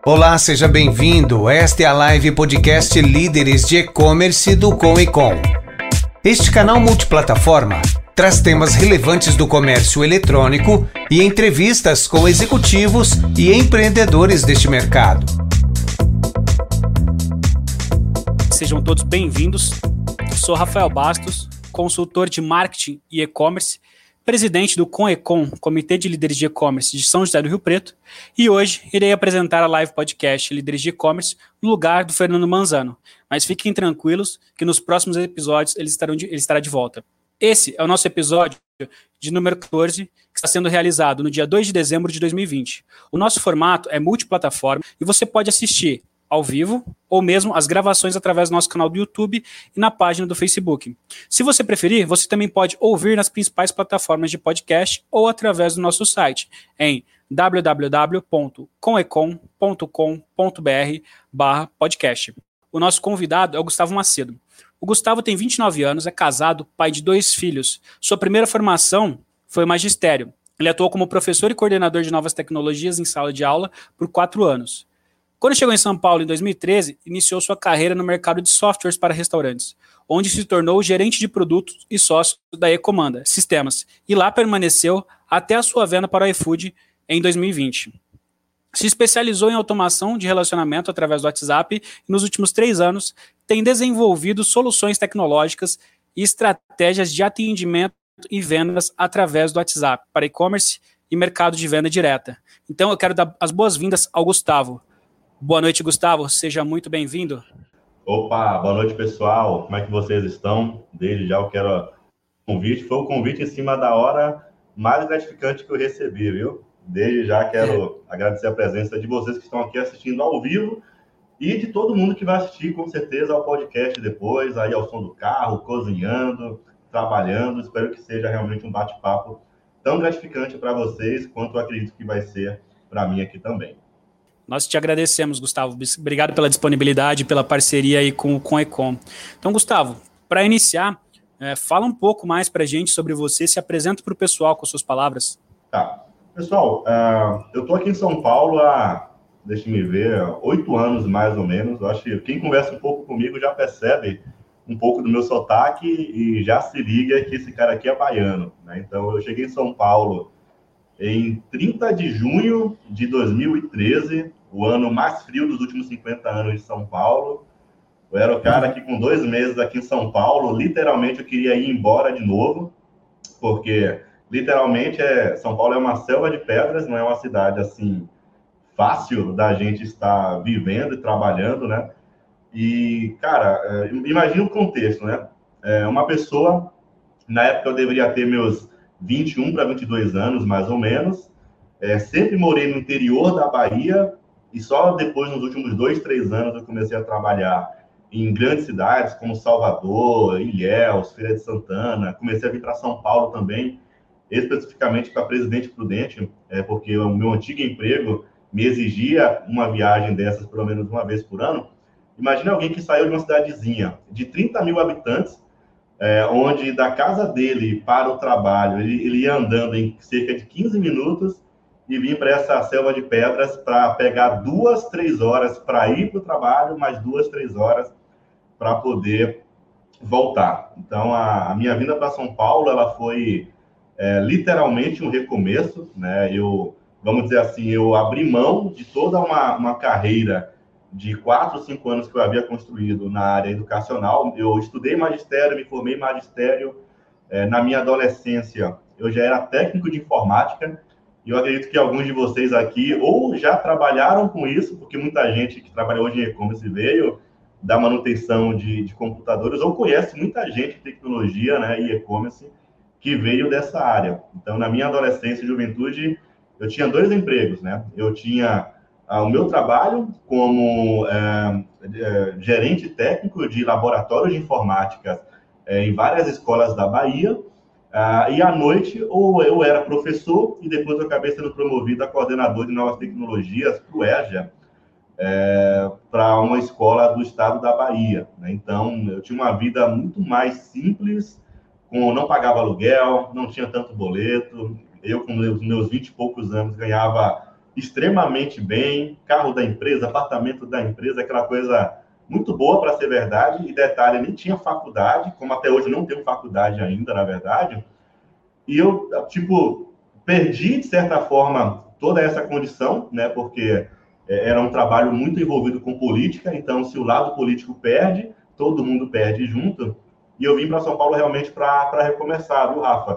Olá, seja bem-vindo. Esta é a live podcast Líderes de E-Commerce do Com e Com. Este canal multiplataforma traz temas relevantes do comércio eletrônico e entrevistas com executivos e empreendedores deste mercado. Sejam todos bem-vindos. Eu sou Rafael Bastos, consultor de marketing e e-commerce, presidente do Com e Com, Comitê de Líderes de E-Commerce de São José do Rio Preto, e hoje irei apresentar a live podcast Líderes de E-Commerce no lugar do Fernando Manzano. Mas fiquem tranquilos que nos próximos episódios ele estará de volta. Esse é o nosso episódio de número 14, que está sendo realizado no dia 2 de dezembro de 2020. O nosso formato é multiplataforma e você pode assistir ao vivo, ou mesmo as gravações através do nosso canal do YouTube e na página do Facebook. Se você preferir, você também pode ouvir nas principais plataformas de podcast ou através do nosso site em www.comecom.com.br/podcast. O nosso convidado é o Gustavo Macedo. O Gustavo tem 29 anos, é casado, pai de 2 filhos. Sua primeira formação foi magistério. Ele atuou como professor e coordenador de novas tecnologias em sala de aula por 4 anos. Quando chegou em São Paulo em 2013, iniciou sua carreira no mercado de softwares para restaurantes, onde se tornou gerente de produtos e sócio da Ecomanda Sistemas, e lá permaneceu até a sua venda para o iFood em 2020. Se especializou em automação de relacionamento através do WhatsApp e nos últimos 3 anos tem desenvolvido soluções tecnológicas e estratégias de atendimento e vendas através do WhatsApp para e-commerce e mercado de venda direta. Então eu quero dar as boas-vindas ao Gustavo. Boa noite, Gustavo. Seja muito bem-vindo. Opa, boa noite, pessoal. Como é que vocês estão? Desde já eu quero convite. Foi o convite em cima da hora mais gratificante que eu recebi, viu? Desde já quero agradecer a presença de vocês que estão aqui assistindo ao vivo e de todo mundo que vai assistir, com certeza, ao podcast depois, aí ao som do carro, cozinhando, trabalhando. Espero que seja realmente um bate-papo tão gratificante para vocês quanto eu acredito que vai ser para mim aqui também. Nós te agradecemos, Gustavo. Obrigado pela disponibilidade, pela parceria aí com o Ecom. Então, Gustavo, para iniciar, fala um pouco mais para a gente sobre você, se apresenta para o pessoal com suas palavras. Tá. Pessoal, eu estou aqui em São Paulo há, deixa-me ver, 8 anos mais ou menos. Eu acho que quem conversa um pouco comigo já percebe um pouco do meu sotaque e já se liga que esse cara aqui é baiano, né? Então, eu cheguei em São Paulo em 30 de junho de 2013, o ano mais frio dos últimos 50 anos de São Paulo. Eu era o cara que, com 2 meses aqui em São Paulo, literalmente eu queria ir embora de novo, porque, literalmente, São Paulo é uma selva de pedras, não é uma cidade, assim, fácil da gente estar vivendo e trabalhando, né? E, cara, imagina o contexto, né? Uma pessoa, na época eu deveria ter meus 21 para 22 anos, mais ou menos. Sempre morei no interior da Bahia e só depois, nos últimos 2, 3 anos, eu comecei a trabalhar em grandes cidades como Salvador, Ilhéus, Feira de Santana. Comecei a vir para São Paulo também, especificamente para Presidente Prudente, porque o meu antigo emprego me exigia uma viagem dessas pelo menos uma vez por ano. Imagina alguém que saiu de uma cidadezinha de 30 mil habitantes, onde da casa dele para o trabalho, ele ia andando em cerca de 15 minutos e vinha para essa selva de pedras para pegar 2, 3 horas para ir para o trabalho, mais 2, 3 horas para poder voltar. Então, a minha vinda para São Paulo, ela foi literalmente um recomeço, né? Vamos dizer assim, eu abri mão de toda uma carreira de 4 ou 5 anos que eu havia construído na área educacional. Eu estudei magistério, me formei em magistério. Na minha adolescência, eu já era técnico de informática, e eu acredito que alguns de vocês aqui ou já trabalharam com isso, porque muita gente que trabalha hoje em e-commerce veio da manutenção de computadores, ou conhece muita gente de tecnologia, né, e e-commerce que veio dessa área. Então, na minha adolescência e juventude, eu tinha 2 empregos, né? Eu tinha o meu trabalho como gerente técnico de laboratórios de informática em várias escolas da Bahia, e à noite ou eu era professor e depois eu acabei sendo promovido a coordenador de novas tecnologias para o ERJA, para uma escola do estado da Bahia, né? Então, eu tinha uma vida muito mais simples, não pagava aluguel, não tinha tanto boleto. Eu, com meus 20 e poucos anos, ganhava extremamente bem, carro da empresa, apartamento da empresa, aquela coisa muito boa para ser verdade. E detalhe, nem tinha faculdade, como até hoje não tenho faculdade ainda, na verdade. E eu, tipo, perdi, de certa forma, toda essa condição, né? Porque era um trabalho muito envolvido com política, então se o lado político perde, todo mundo perde junto. E eu vim para São Paulo realmente para recomeçar, viu, Rafa?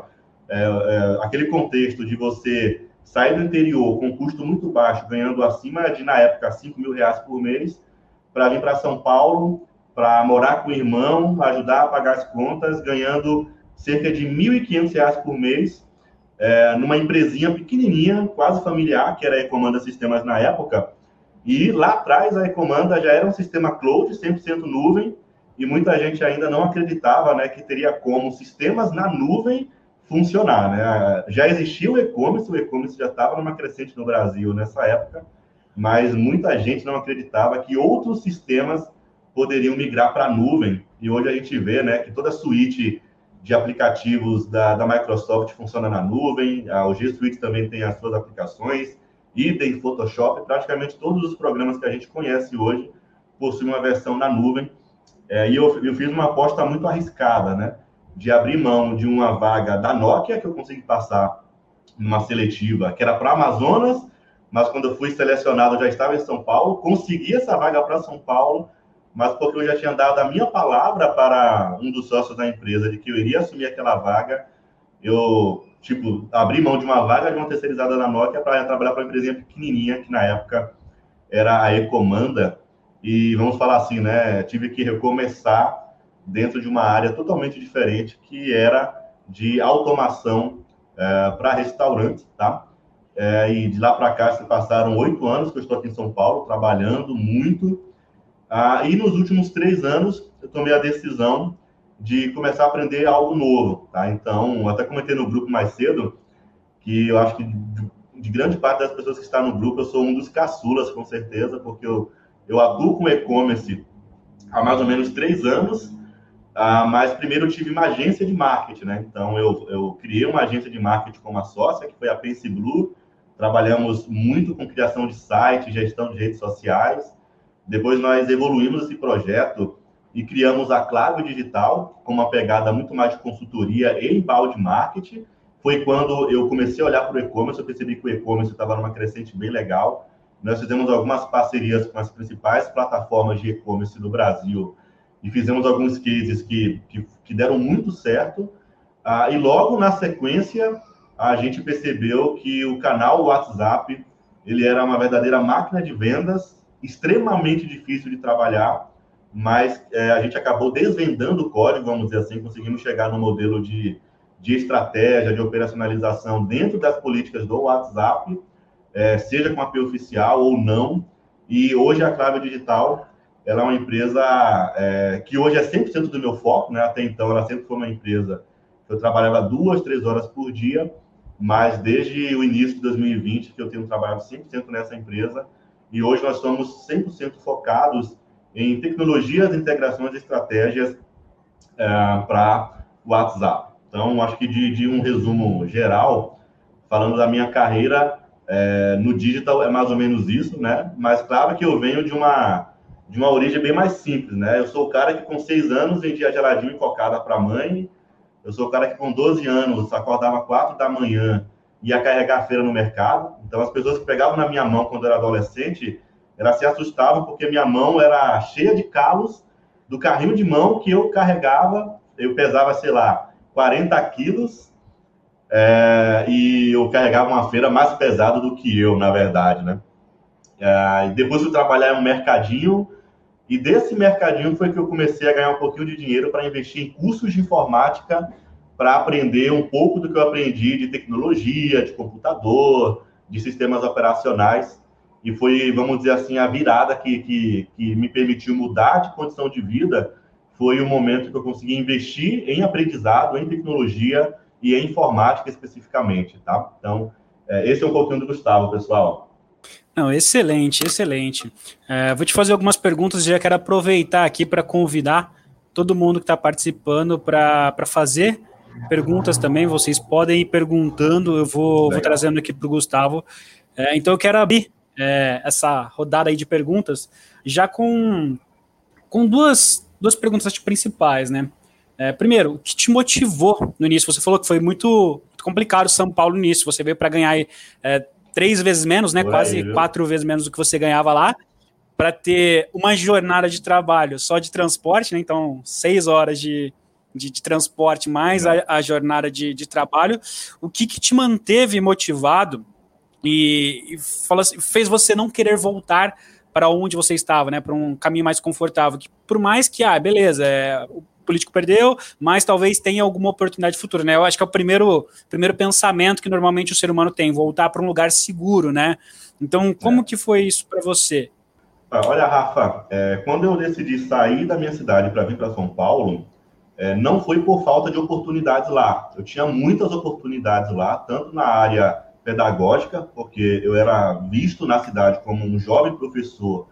Aquele contexto de você sair do interior com um custo muito baixo, ganhando acima de, na época, R$5.000 por mês, para vir para São Paulo, para morar com o irmão, ajudar a pagar as contas, ganhando cerca de R$1.500 por mês, numa empresinha pequenininha, quase familiar, que era a Ecomanda Sistemas na época. E lá atrás a Ecomanda já era um sistema cloud, 100% nuvem, e muita gente ainda não acreditava, né, que teria como sistemas na nuvem funcionar, né? Já existia o e-commerce já estava numa crescente no Brasil nessa época, mas muita gente não acreditava que outros sistemas poderiam migrar para a nuvem. E hoje a gente vê, né, que toda a suíte de aplicativos da Microsoft funciona na nuvem, o G Suite também tem as suas aplicações, idem, Photoshop, praticamente todos os programas que a gente conhece hoje possuem uma versão na nuvem. E eu fiz uma aposta muito arriscada, né, de abrir mão de uma vaga da Nokia, que eu consegui passar numa seletiva, que era para Amazonas, mas quando eu fui selecionado eu já estava em São Paulo, consegui essa vaga para São Paulo, mas porque eu já tinha dado a minha palavra para um dos sócios da empresa de que eu iria assumir aquela vaga, eu, abri mão de uma vaga de uma terceirizada na Nokia para trabalhar para uma empresinha pequenininha, que na época era a Ecomanda, e vamos falar assim, né, tive que recomeçar dentro de uma área totalmente diferente, que era de automação para restaurantes, tá? E de lá para cá se passaram 8 anos que eu estou aqui em São Paulo, trabalhando muito. E nos últimos 3 anos eu tomei a decisão de começar a aprender algo novo, tá? Então, até comentei no grupo mais cedo que eu acho que de grande parte das pessoas que estão no grupo eu sou um dos caçulas, com certeza, porque eu atuo com e-commerce há mais ou menos 3 anos, mas primeiro eu tive uma agência de marketing, né? Então, eu criei uma agência de marketing com uma sócia, que foi a Pense Blue. Trabalhamos muito com criação de site, gestão de redes sociais. Depois nós evoluímos esse projeto e criamos a Claro Digital, com uma pegada muito mais de consultoria e inbound marketing. Foi quando eu comecei a olhar para o e-commerce, eu percebi que o e-commerce estava numa crescente bem legal. Nós fizemos algumas parcerias com as principais plataformas de e-commerce do Brasil e fizemos alguns cases que deram muito certo. E logo na sequência, a gente percebeu que o canal WhatsApp, ele era uma verdadeira máquina de vendas, extremamente difícil de trabalhar, mas a gente acabou desvendando o código, vamos dizer assim, conseguimos chegar no modelo de estratégia, de operacionalização dentro das políticas do WhatsApp, seja com API oficial ou não. E hoje a Claro Digital, ela é uma empresa que hoje é 100% do meu foco, né? Até então ela sempre foi uma empresa que eu trabalhava 2, 3 horas por dia, mas desde o início de 2020 que eu tenho trabalhado 100% nessa empresa, e hoje nós somos 100% focados em tecnologias, integrações e estratégias para o WhatsApp. Então, acho que de um resumo geral, falando da minha carreira no digital, é mais ou menos isso, né? Mas claro que eu venho de uma origem bem mais simples, né? Eu sou o cara que com 6 anos vendia geladinho e cocada para a mãe. Eu sou o cara que com 12 anos acordava 4 da manhã e ia carregar feira no mercado. Então, as pessoas que pegavam na minha mão quando eu era adolescente, elas se assustavam porque minha mão era cheia de calos do carrinho de mão que eu carregava. Eu pesava, sei lá, 40 quilos e eu carregava uma feira mais pesada do que eu, na verdade, né? E depois eu trabalhar em um mercadinho, e desse mercadinho foi que eu comecei a ganhar um pouquinho de dinheiro para investir em cursos de informática, para aprender um pouco do que eu aprendi de tecnologia, de computador, de sistemas operacionais. E foi, vamos dizer assim, a virada que me permitiu mudar de condição de vida. Foi o momento que eu consegui investir em aprendizado, em tecnologia e em informática especificamente, tá? Então, esse é um pouquinho do Gustavo, pessoal. Não, excelente, excelente. Vou te fazer algumas perguntas, já quero aproveitar aqui para convidar todo mundo que está participando para fazer perguntas também, vocês podem ir perguntando, eu vou trazendo aqui para o Gustavo. Então eu quero abrir essa rodada aí de perguntas, já com duas perguntas acho, principais, né? Primeiro, o que te motivou no início? Você falou que foi muito complicado São Paulo no início, você veio para ganhar 3 vezes menos, né? Quase 4 vezes menos do que você ganhava lá, para ter uma jornada de trabalho só de transporte, né? Então 6 horas de transporte mais a jornada de trabalho. O que te manteve motivado e fez você não querer voltar para onde você estava, né? Para um caminho mais confortável, que por mais que, beleza, o político perdeu, mas talvez tenha alguma oportunidade futura, né? Eu acho que é o primeiro pensamento que normalmente o ser humano tem, voltar para um lugar seguro, né? Então, como que foi isso para você? Olha, Rafa, quando eu decidi sair da minha cidade para vir para São Paulo, não foi por falta de oportunidades lá. Eu tinha muitas oportunidades lá, tanto na área pedagógica, porque eu era visto na cidade como um jovem professor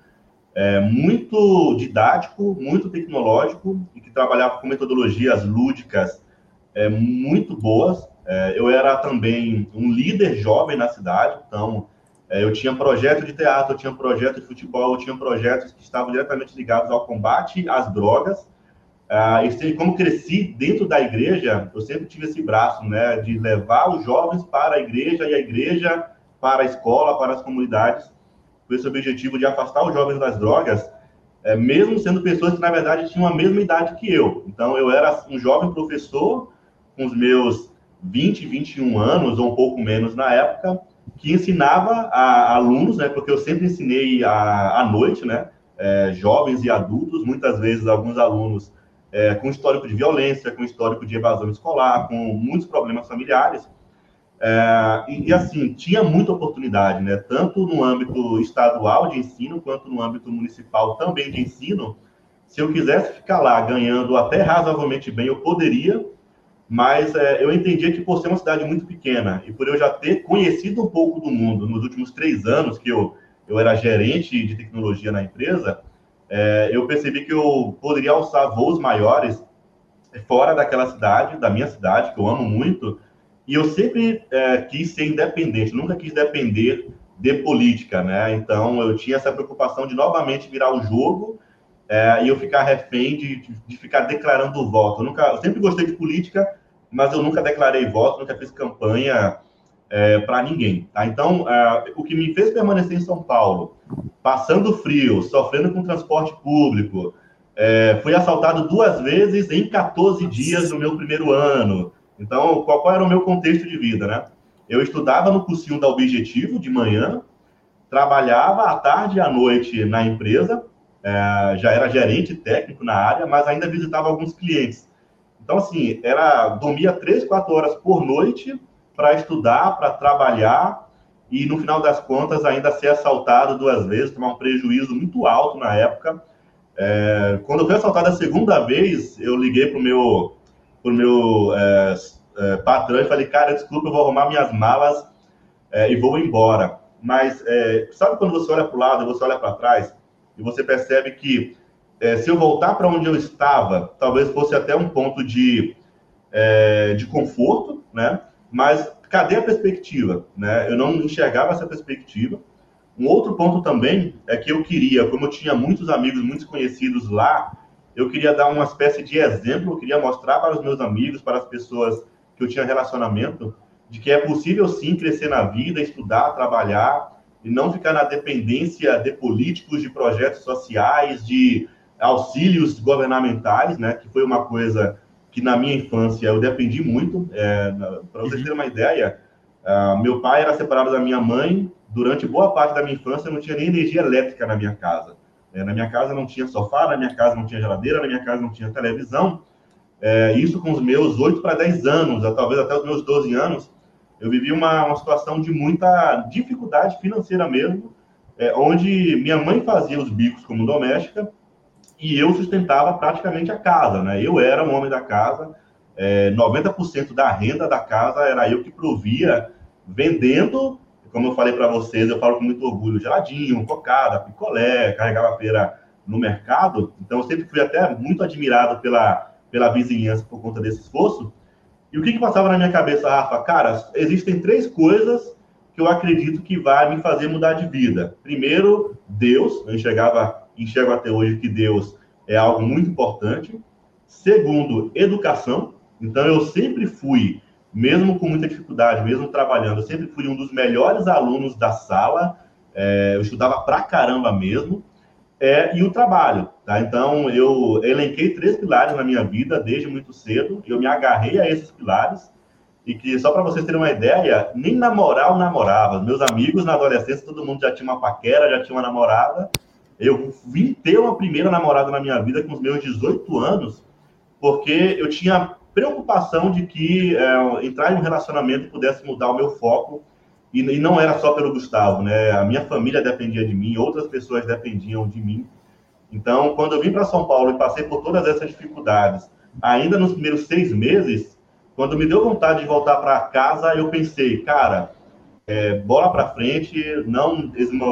muito didático, muito tecnológico, e que trabalhava com metodologias lúdicas muito boas. Eu era também um líder jovem na cidade, então eu tinha projeto de teatro, eu tinha projeto de futebol, eu tinha projetos que estavam diretamente ligados ao combate às drogas. E como cresci dentro da igreja, eu sempre tive esse braço, né, de levar os jovens para a igreja e a igreja para a escola, para as comunidades, com esse objetivo de afastar os jovens das drogas, mesmo sendo pessoas que, na verdade, tinham a mesma idade que eu. Então, eu era um jovem professor, com os meus 20, 21 anos, ou um pouco menos na época, que ensinava a alunos, né, porque eu sempre ensinei à noite, né, jovens e adultos, muitas vezes alguns alunos com histórico de violência, com histórico de evasão escolar, com muitos problemas familiares. E assim, tinha muita oportunidade, né? Tanto no âmbito estadual de ensino, quanto no âmbito municipal também de ensino. Se eu quisesse ficar lá ganhando até razoavelmente bem, eu poderia, mas eu entendia que por ser uma cidade muito pequena e por eu já ter conhecido um pouco do mundo nos últimos 3 anos que eu era gerente de tecnologia na empresa, eu percebi que eu poderia alçar voos maiores fora daquela cidade, da minha cidade, que eu amo muito, e eu sempre quis ser independente, nunca quis depender de política, né? Então, eu tinha essa preocupação de novamente virar o jogo e eu ficar refém de ficar declarando voto. Eu sempre gostei de política, mas eu nunca declarei voto, nunca fiz campanha para ninguém. Tá? Então, o que me fez permanecer em São Paulo, passando frio, sofrendo com transporte público, fui assaltado 2 vezes em 14 dias no meu primeiro ano. Então, qual era o meu contexto de vida, né? Eu estudava no cursinho da Objetivo de manhã, trabalhava à tarde e à noite na empresa, já era gerente técnico na área, mas ainda visitava alguns clientes. Então, assim, dormia 3, 4 horas por noite para estudar, para trabalhar, e no final das contas ainda ser assaltado 2 vezes, tomar um prejuízo muito alto na época. Quando eu fui assaltado a segunda vez, eu liguei pro meu patrão e falei, cara, desculpa, eu vou arrumar minhas malas e vou embora. Mas sabe quando você olha para o lado e você olha para trás e você percebe que se eu voltar para onde eu estava, talvez fosse até um ponto de conforto, né? Mas cadê a perspectiva? Né? Eu não enxergava essa perspectiva. Um outro ponto também é que eu queria, como eu tinha muitos amigos, muitos conhecidos lá, eu queria dar uma espécie de exemplo, eu queria mostrar para os meus amigos, para as pessoas que eu tinha relacionamento, de que é possível sim crescer na vida, estudar, trabalhar, e não ficar na dependência de políticos, de projetos sociais, de auxílios governamentais, né? Que foi uma coisa que na minha infância eu dependi muito. Para vocês terem uma ideia, meu pai era separado da minha mãe. Durante boa parte da minha infância, não tinha nem energia elétrica na minha casa. Na minha casa não tinha sofá, na minha casa não tinha geladeira, na minha casa não tinha televisão. Isso com os meus 8 para 10 anos, talvez até os meus 12 anos, eu vivi uma situação de muita dificuldade financeira mesmo, onde minha mãe fazia os bicos como doméstica e eu sustentava praticamente a casa, né? Eu era um homem da casa, 90% da renda da casa era eu que provia, vendendo, como eu falei para vocês, eu falo com muito orgulho, geladinho, cocada, picolé, carregava feira no mercado. Então, eu sempre fui até muito admirado pela vizinhança por conta desse esforço. E o que passava na minha cabeça, Rafa? Cara, existem 3 coisas que eu acredito que vai me fazer mudar de vida. Primeiro, Deus. Eu enxergo até hoje que Deus é algo muito importante. Segundo, educação. Então, eu sempre fui, mesmo com muita dificuldade, mesmo trabalhando, eu sempre fui um dos melhores alunos da sala. Eu estudava pra caramba mesmo. E o trabalho, tá? Então, eu elenquei 3 pilares na minha vida desde muito cedo. Eu me agarrei a esses pilares. E que, só para vocês terem uma ideia, nem namorar eu namorava. Meus amigos na adolescência, todo mundo já tinha uma paquera, já tinha uma namorada. Eu vim ter uma primeira namorada na minha vida com os meus 18 anos, porque eu tinha preocupação de que entrar em um relacionamento pudesse mudar o meu foco. E não era só pelo Gustavo, né? A minha família dependia de mim, outras pessoas dependiam de mim. Então, quando eu vim para São Paulo e passei por todas essas dificuldades, ainda nos primeiros 6 meses, quando me deu vontade de voltar para casa, eu pensei, cara, bola para frente, não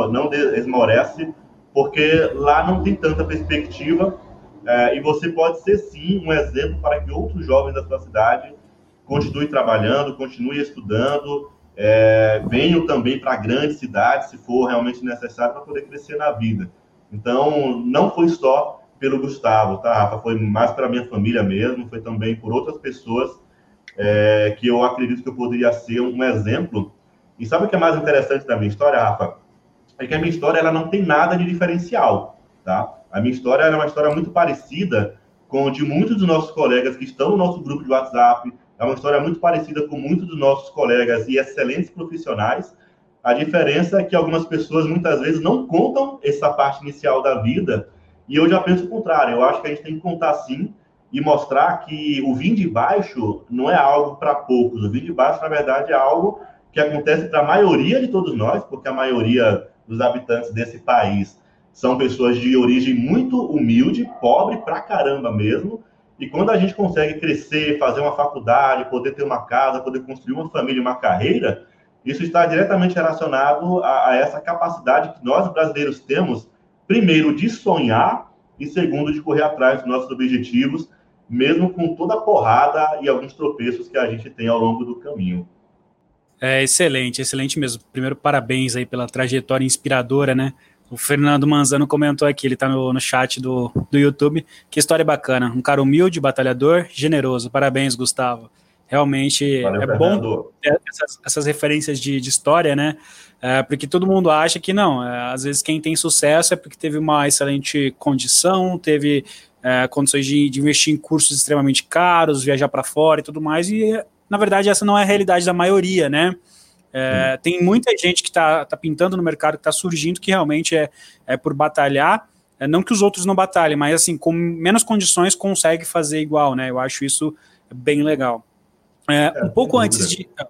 esmorece, porque lá não tem tanta perspectiva, e você pode ser, sim, um exemplo para que outros jovens da sua cidade continuem trabalhando, continuem estudando, venham também para grandes cidades, se for realmente necessário, para poder crescer na vida. Então, não foi só pelo Gustavo, tá, Rafa? Foi mais para minha família mesmo, foi também por outras pessoas que eu acredito que eu poderia ser um exemplo. E sabe o que é mais interessante da minha história, Rafa? É que a minha história ela não tem nada de diferencial, tá? A minha história é uma história muito parecida com a de muitos dos nossos colegas que estão no nosso grupo de WhatsApp. É uma história muito parecida com muitos dos nossos colegas e excelentes profissionais. A diferença é que algumas pessoas muitas vezes não contam essa parte inicial da vida, e eu já penso o contrário. Eu acho que a gente tem que contar sim e mostrar que o vir de baixo não é algo para poucos. O vir de baixo, na verdade, é algo que acontece para a maioria de todos nós, porque a maioria dos habitantes desse país são pessoas de origem muito humilde, pobre pra caramba mesmo, e quando a gente consegue crescer, fazer uma faculdade, poder ter uma casa, poder construir uma família, uma carreira, isso está diretamente relacionado a essa capacidade que nós brasileiros temos, primeiro, de sonhar, e segundo, de correr atrás dos nossos objetivos, mesmo com toda a porrada e alguns tropeços que a gente tem ao longo do caminho. Excelente, excelente mesmo. Primeiro, parabéns aí pela trajetória inspiradora, né? O Fernando Manzano comentou aqui, ele tá no chat do YouTube, que história bacana. Um cara humilde, batalhador, generoso. Parabéns, Gustavo. Realmente Valeu, é Fernando. bom ter essas referências de história, né? Porque todo mundo acha que não. Às vezes quem tem sucesso é porque teve uma excelente condição, teve condições de investir em cursos extremamente caros, viajar para fora e tudo mais, e na verdade essa não é a realidade da maioria, né? Tem muita gente que está pintando no mercado, que está surgindo, que realmente é por batalhar, não que os outros não batalhem, mas assim, com menos condições consegue fazer igual, né? Eu acho isso bem legal. Um pouco antes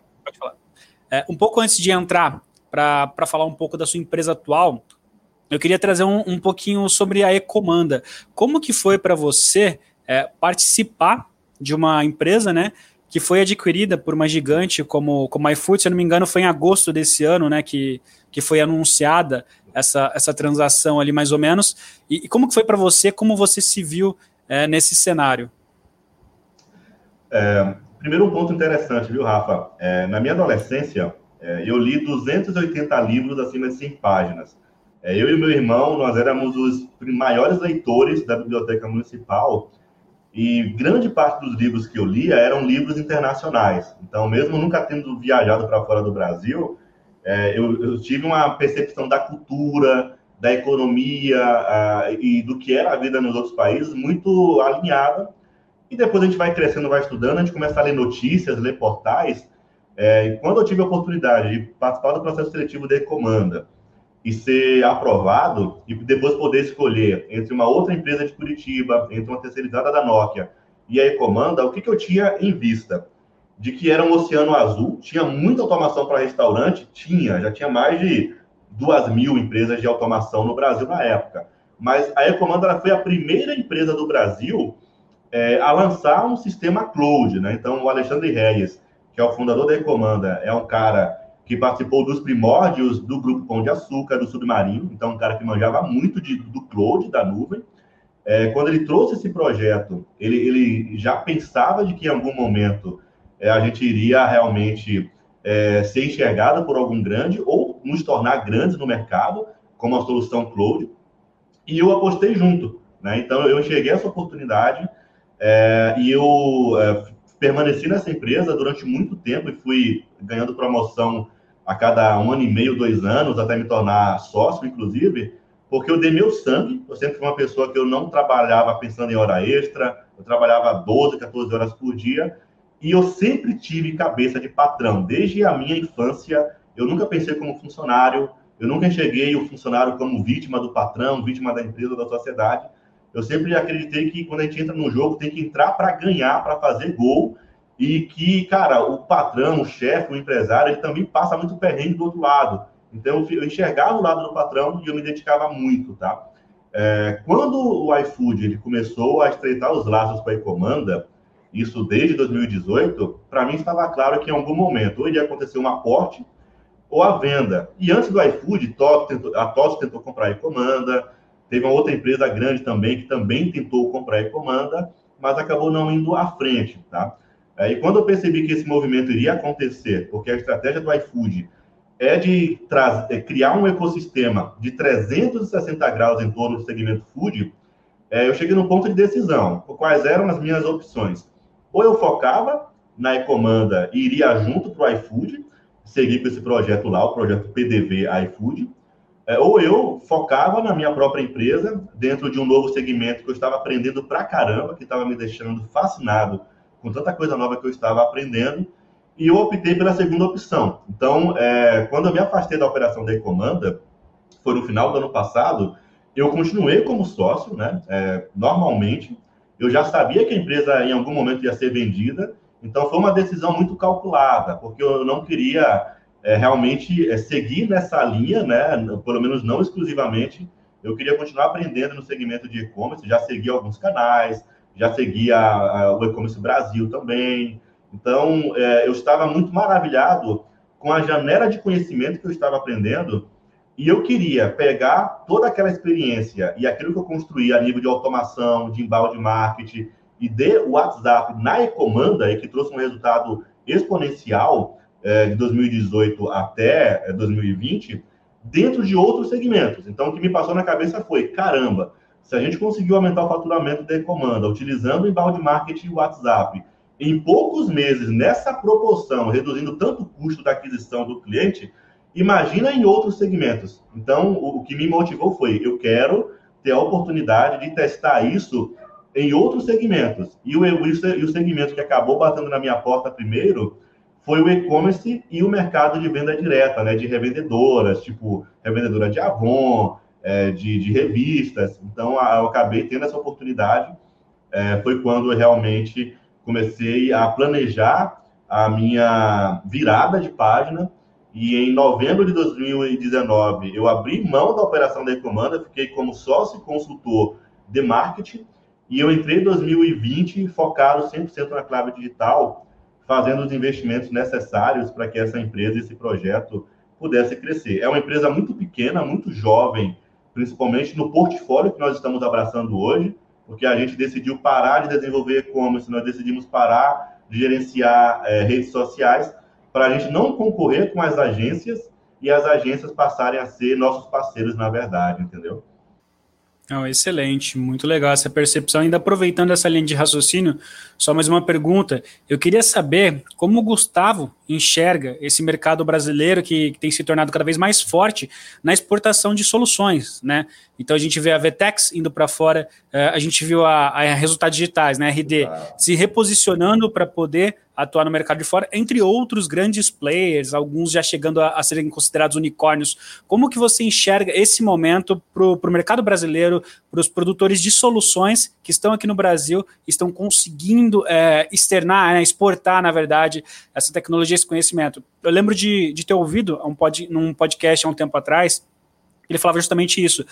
de entrar para falar um pouco da sua empresa atual, eu queria trazer um pouquinho sobre a Ecomanda. Como que foi para você participar de uma empresa, né, que foi adquirida por uma gigante como a iFood? Se eu não me engano, foi em agosto desse ano, né, que foi anunciada essa transação ali, mais ou menos. E como que foi para você? Como você se viu nesse cenário? Primeiro, um ponto interessante, viu, Rafa? Na minha adolescência, eu li 280 livros acima de 100 páginas. Eu e meu irmão, nós éramos os maiores leitores da biblioteca municipal, e grande parte dos livros que eu lia eram livros internacionais. Então, mesmo nunca tendo viajado para fora do Brasil, eu tive uma percepção da cultura, da economia e do que era a vida nos outros países muito alinhada. E depois a gente vai crescendo, vai estudando, a gente começa a ler notícias, ler portais. E quando eu tive a oportunidade de participar do processo seletivo da Ecomanda e ser aprovado, e depois poder escolher entre uma outra empresa de Curitiba, entre uma terceirizada da Nokia e a Ecomanda, o que eu tinha em vista? De que era um oceano azul, tinha muita automação para restaurante, já tinha mais de 2.000 empresas de automação no Brasil na época. Mas a Ecomanda ela foi a primeira empresa do Brasil a lançar um sistema cloud, né? Então, o Alexandre Reyes, que é o fundador da Ecomanda, é um cara que participou dos primórdios do Grupo Pão de Açúcar, do Submarino, então um cara que manjava muito do cloud, da nuvem. Quando ele trouxe esse projeto, ele já pensava de que em algum momento a gente iria realmente ser enxergada por algum grande ou nos tornar grandes no mercado, como a solução cloud, e eu apostei junto, né? Então, eu enxerguei essa oportunidade e eu permaneci nessa empresa durante muito tempo e fui ganhando promoção a cada 1 ano e meio, 2 anos, até me tornar sócio, inclusive, porque eu dei meu sangue. Eu sempre fui uma pessoa que eu não trabalhava pensando em hora extra, eu trabalhava 12, 14 horas por dia, e eu sempre tive cabeça de patrão. Desde a minha infância, eu nunca pensei como funcionário, eu nunca enxerguei o funcionário como vítima do patrão, vítima da empresa, da sociedade. Eu sempre acreditei que quando a gente entra no jogo, tem que entrar para ganhar, para fazer gol, e que, cara, o patrão, o chefe, o empresário, ele também passa muito perrengue do outro lado. Então, eu enxergava o lado do patrão e eu me dedicava muito, tá? Quando o iFood ele começou a estreitar os laços com a Ecomanda, isso desde 2018, para mim estava claro que em algum momento ou iria acontecer um aporte ou a venda. E antes do iFood, a TOTVS tentou comprar a Ecomanda, teve uma outra empresa grande também que também tentou comprar a Ecomanda, mas acabou não indo à frente, tá? E quando eu percebi que esse movimento iria acontecer, porque a estratégia do iFood é de criar um ecossistema de 360 graus em torno do segmento food, eu cheguei num ponto de decisão. Quais eram as minhas opções? Ou eu focava na Ecomanda e iria junto para o iFood, seguir com esse projeto lá, o projeto PDV iFood, ou eu focava na minha própria empresa, dentro de um novo segmento que eu estava aprendendo pra caramba, que estava me deixando fascinado com tanta coisa nova que eu estava aprendendo, e eu optei pela segunda opção. Então, quando eu me afastei da operação da Ecomanda, foi no final do ano passado, eu continuei como sócio, né? Normalmente, eu já sabia que a empresa em algum momento ia ser vendida, então foi uma decisão muito calculada, porque eu não queria realmente seguir nessa linha, né? Pelo menos não exclusivamente. Eu queria continuar aprendendo no segmento de e-commerce, já segui alguns canais, já seguia o E-Commerce Brasil também. Então, eu estava muito maravilhado com a janela de conhecimento que eu estava aprendendo e eu queria pegar toda aquela experiência e aquilo que eu construí a nível de automação, de inbound marketing e de WhatsApp na Ecomanda, e que trouxe um resultado exponencial de 2018 até 2020, dentro de outros segmentos. Então, o que me passou na cabeça foi, caramba, se a gente conseguiu aumentar o faturamento da Ecomanda, utilizando o inbound marketing e o WhatsApp, em poucos meses, nessa proporção, reduzindo tanto o custo da aquisição do cliente, imagina em outros segmentos. Então, o que me motivou foi, eu quero ter a oportunidade de testar isso em outros segmentos. E o segmento que acabou batendo na minha porta primeiro foi o e-commerce e o mercado de venda direta, né, de revendedoras, tipo revendedora de Avon, de revistas. Então, eu acabei tendo essa oportunidade. Foi quando eu realmente comecei a planejar a minha virada de página. E em novembro de 2019, eu abri mão da operação da Ecomanda, fiquei como sócio e consultor de marketing. E eu entrei em 2020 focado 100% na clave digital, fazendo os investimentos necessários para que essa empresa, esse projeto, pudesse crescer. É uma empresa muito pequena, muito jovem, principalmente no portfólio que nós estamos abraçando hoje, porque a gente decidiu parar de desenvolver e-commerce, nós decidimos parar de gerenciar redes sociais, para a gente não concorrer com as agências e as agências passarem a ser nossos parceiros, na verdade, entendeu? Não, excelente, muito legal essa percepção. Ainda aproveitando essa linha de raciocínio, só mais uma pergunta. Eu queria saber como o Gustavo enxerga esse mercado brasileiro que tem se tornado cada vez mais forte na exportação de soluções, né? Então a gente vê a Vtex indo para fora, a gente viu a Resultados Digitais, né, RD, se reposicionando para poder atuar no mercado de fora, entre outros grandes players, alguns já chegando a serem considerados unicórnios. Como que você enxerga esse momento para o mercado brasileiro, para os produtores de soluções que estão aqui no Brasil, estão conseguindo externar, exportar, na verdade, essa tecnologia, esse conhecimento? Eu lembro de ter ouvido num podcast há um tempo atrás, ele falava justamente isso.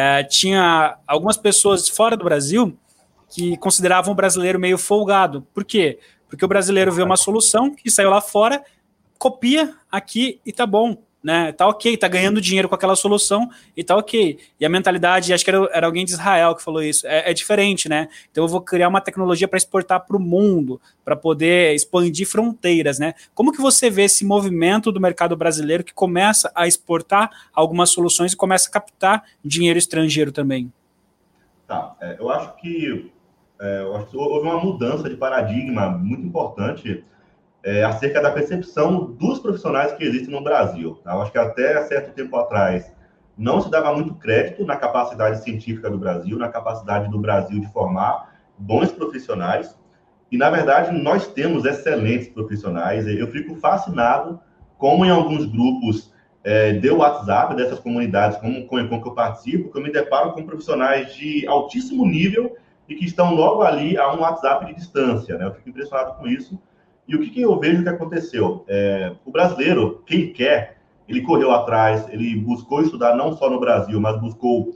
Tinha algumas pessoas fora do Brasil que consideravam o brasileiro meio folgado. Por quê? Porque o brasileiro vê uma solução que saiu lá fora, copia aqui e tá bom. né? Tá ok, tá ganhando dinheiro com aquela solução e tá ok. E a mentalidade, acho que era alguém de Israel que falou isso, é diferente, né? Então eu vou criar uma tecnologia para exportar para o mundo, para poder expandir fronteiras, né? Como que você vê esse movimento do mercado brasileiro que começa a exportar algumas soluções e começa a captar dinheiro estrangeiro também? Tá, eu acho que houve uma mudança de paradigma muito importante acerca da percepção dos profissionais que existem no Brasil. Tá? Eu acho que até certo tempo atrás não se dava muito crédito na capacidade científica do Brasil, na capacidade do Brasil de formar bons profissionais. E, na verdade, nós temos excelentes profissionais. Eu fico fascinado como em alguns grupos de WhatsApp, dessas comunidades com que eu participo, que eu me deparo com profissionais de altíssimo nível e que estão logo ali a um WhatsApp de distância. Né? Eu fico impressionado com isso. E o que eu vejo que aconteceu? O brasileiro, quem quer, ele correu atrás, ele buscou estudar não só no Brasil, mas buscou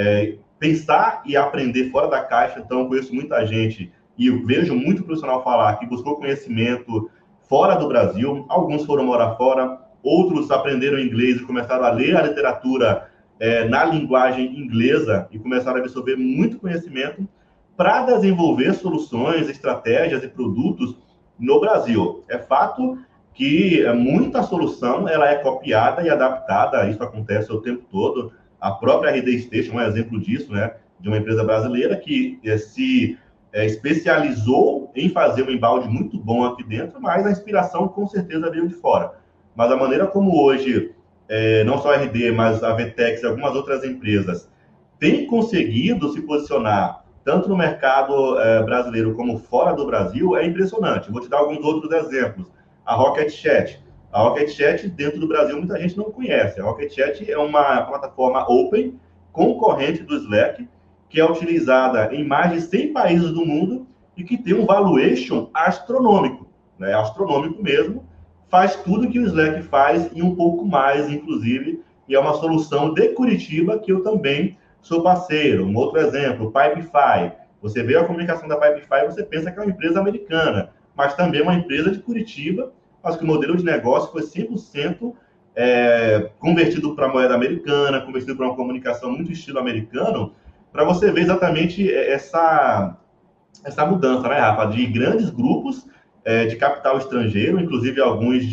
pensar e aprender fora da caixa. Então, eu conheço muita gente e eu vejo muito profissional falar que buscou conhecimento fora do Brasil. Alguns foram morar fora, outros aprenderam inglês e começaram a ler a literatura na linguagem inglesa e começaram a absorver muito conhecimento para desenvolver soluções, estratégias e produtos no Brasil. É fato que muita solução ela é copiada e adaptada, isso acontece o tempo todo. A própria RD Station é um exemplo disso, né? De uma empresa brasileira que se especializou em fazer um embalde muito bom aqui dentro, mas a inspiração com certeza veio de fora. Mas a maneira como hoje, não só a RD, mas a Vetex e algumas outras empresas têm conseguido se posicionar tanto no mercado brasileiro como fora do Brasil, é impressionante. Vou te dar alguns outros exemplos. A Rocket Chat. A Rocket Chat, dentro do Brasil, muita gente não conhece. A Rocket Chat é uma plataforma open, concorrente do Slack, que é utilizada em mais de 100 países do mundo e que tem um valuation astronômico, né? Astronômico mesmo. Faz tudo que o Slack faz e um pouco mais, inclusive, e é uma solução de Curitiba que eu também sou parceiro. Um outro exemplo, Pipefy. Você vê a comunicação da Pipefy e você pensa que é uma empresa americana, mas também é uma empresa de Curitiba, mas que o modelo de negócio foi 100% convertido para a moeda americana, convertido para uma comunicação muito estilo americano, para você ver exatamente essa mudança, né, Rafa, de grandes grupos de capital estrangeiro, inclusive alguns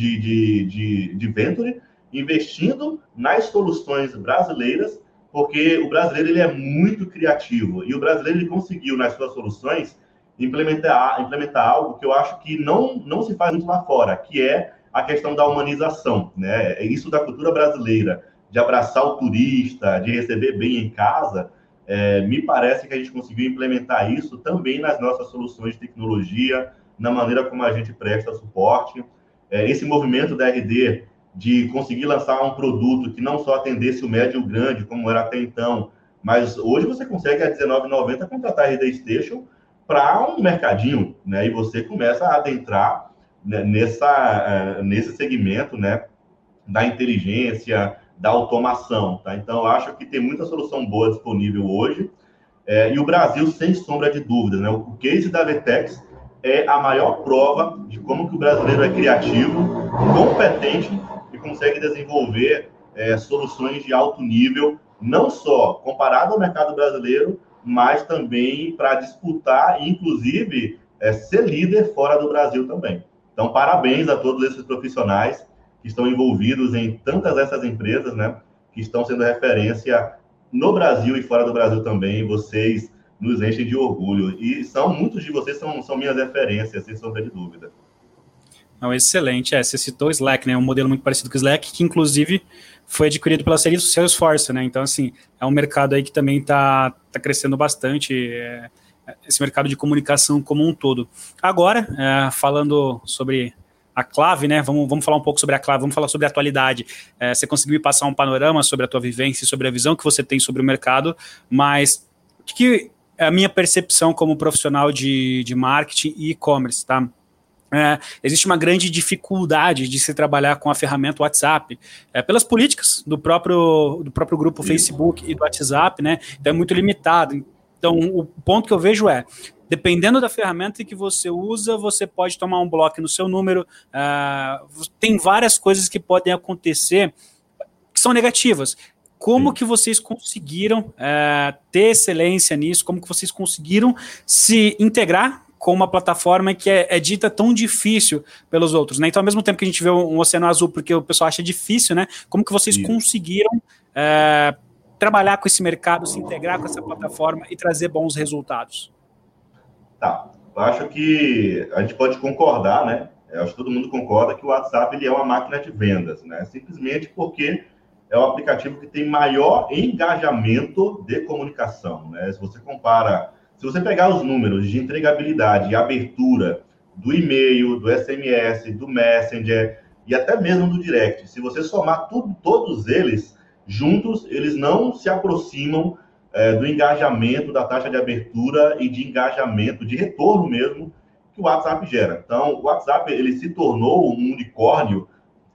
de venture, investindo nas soluções brasileiras, porque o brasileiro ele é muito criativo e o brasileiro ele conseguiu, nas suas soluções, implementar algo que eu acho que não se faz muito lá fora, que é a questão da humanização, né? É isso da cultura brasileira, de abraçar o turista, de receber bem em casa. Me parece que a gente conseguiu implementar isso também nas nossas soluções de tecnologia, na maneira como a gente presta suporte. Esse movimento da RD de conseguir lançar um produto que não só atendesse o médio e o grande, como era até então, mas hoje você consegue a R$19,90 contratar a RD Station para um mercadinho, né? E você começa a adentrar, né, nesse segmento, né, da inteligência, da automação, tá? Então, eu acho que tem muita solução boa disponível hoje, e o Brasil, sem sombra de dúvidas, né? O case da Vetex é a maior prova de como que o brasileiro é criativo, competente e consegue desenvolver soluções de alto nível, não só comparado ao mercado brasileiro, mas também para disputar e, inclusive, ser líder fora do Brasil também. Então, parabéns a todos esses profissionais que estão envolvidos em tantas dessas empresas, né, que estão sendo referência no Brasil e fora do Brasil também. Vocês nos enchem de orgulho. E muitos de vocês são minhas referências, sem sombra de dúvida. Não, excelente. Você citou o Slack, né? Um modelo muito parecido com o Slack, que inclusive foi adquirido pela Salesforce, né? Então, assim, é um mercado aí que também está crescendo bastante, esse mercado de comunicação como um todo. Agora, falando sobre a Clave, né? Vamos falar um pouco sobre a Clave, vamos falar sobre a atualidade. Você conseguiu me passar um panorama sobre a tua vivência e sobre a visão que você tem sobre o mercado, mas o que é a minha percepção como profissional de marketing e e-commerce, tá? Existe uma grande dificuldade de se trabalhar com a ferramenta WhatsApp, pelas políticas do próprio grupo Facebook e do WhatsApp, né? Então é muito limitado. Então o ponto que eu vejo dependendo da ferramenta que você usa, você pode tomar um bloco no seu número, tem várias coisas que podem acontecer são negativas. Como que vocês conseguiram ter excelência nisso? Como que vocês conseguiram se integrar com uma plataforma que é dita tão difícil pelos outros, né? Então, ao mesmo tempo que a gente vê um oceano azul porque o pessoal acha difícil, né? Como que vocês conseguiram trabalhar com esse mercado, se integrar com essa plataforma e trazer bons resultados? Tá. Eu acho que a gente pode concordar, né? Eu acho que todo mundo concorda que o WhatsApp ele é uma máquina de vendas, né? Simplesmente porque é o aplicativo que tem maior engajamento de comunicação, né? Se você pegar os números de entregabilidade e abertura do e-mail, do SMS, do Messenger e até mesmo do Direct, se você somar todos eles juntos, eles não se aproximam do engajamento, da taxa de abertura e de engajamento, de retorno mesmo, que o WhatsApp gera. Então, o WhatsApp ele se tornou um unicórnio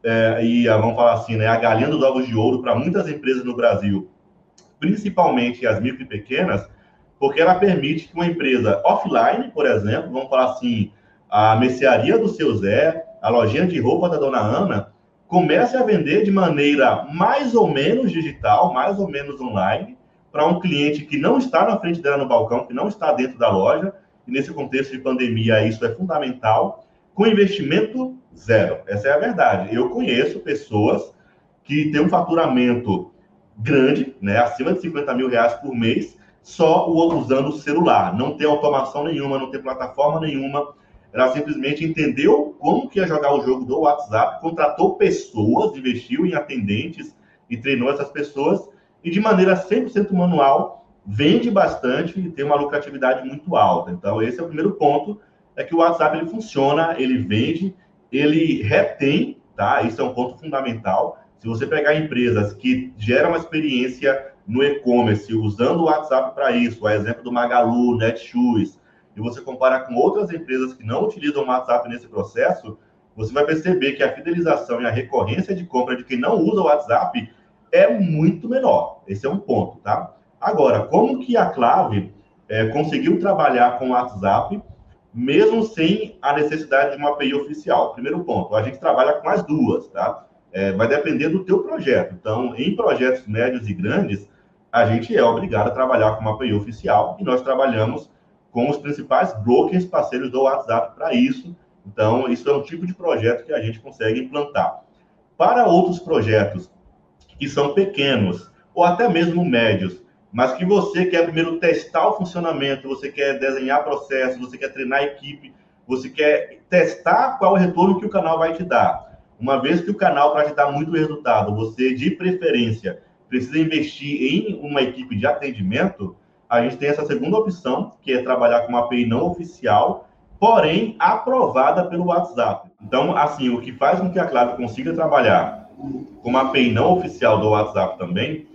vamos falar assim, né, a galinha dos ovos de ouro para muitas empresas no Brasil, principalmente as micro e pequenas, porque ela permite que uma empresa offline, por exemplo, vamos falar assim, a mercearia do seu Zé, a lojinha de roupa da dona Ana, comece a vender de maneira mais ou menos digital, mais ou menos online, para um cliente que não está na frente dela no balcão, que não está dentro da loja, e nesse contexto de pandemia isso é fundamental, com investimento zero. Essa é a verdade. Eu conheço pessoas que têm um faturamento grande, né, acima de 50 mil reais por mês, só usando o celular. Não tem automação nenhuma, não tem plataforma nenhuma. Ela simplesmente entendeu como que ia jogar o jogo do WhatsApp, contratou pessoas, investiu em atendentes e treinou essas pessoas, e de maneira 100% manual, vende bastante e tem uma lucratividade muito alta. Então, esse é o primeiro ponto, é que o WhatsApp ele funciona, ele vende, ele retém, tá? Isso é um ponto fundamental. Se você pegar empresas que geram uma experiência no e-commerce usando o WhatsApp para isso, o exemplo do Magalu, Netshoes, e você compara com outras empresas que não utilizam o WhatsApp nesse processo, você vai perceber que a fidelização e a recorrência de compra de quem não usa o WhatsApp é muito menor. Esse é um ponto, tá? Agora, como que a Clave conseguiu trabalhar com o WhatsApp mesmo sem a necessidade de uma API oficial? Primeiro ponto, a gente trabalha com as duas, tá? Vai depender do teu projeto. Então, em projetos médios e grandes, a gente é obrigado a trabalhar com uma API oficial e nós trabalhamos com os principais brokers parceiros do WhatsApp para isso. Então, isso é um tipo de projeto que a gente consegue implantar. Para outros projetos que são pequenos ou até mesmo médios, mas que você quer primeiro testar o funcionamento, você quer desenhar processos, você quer treinar a equipe, você quer testar qual é o retorno que o canal vai te dar. Uma vez que o canal, para te dar muito resultado, você, de preferência, precisa investir em uma equipe de atendimento, a gente tem essa segunda opção, que é trabalhar com uma API não oficial, porém aprovada pelo WhatsApp. Então, assim, o que faz com que a Clave consiga trabalhar com uma API não oficial do WhatsApp também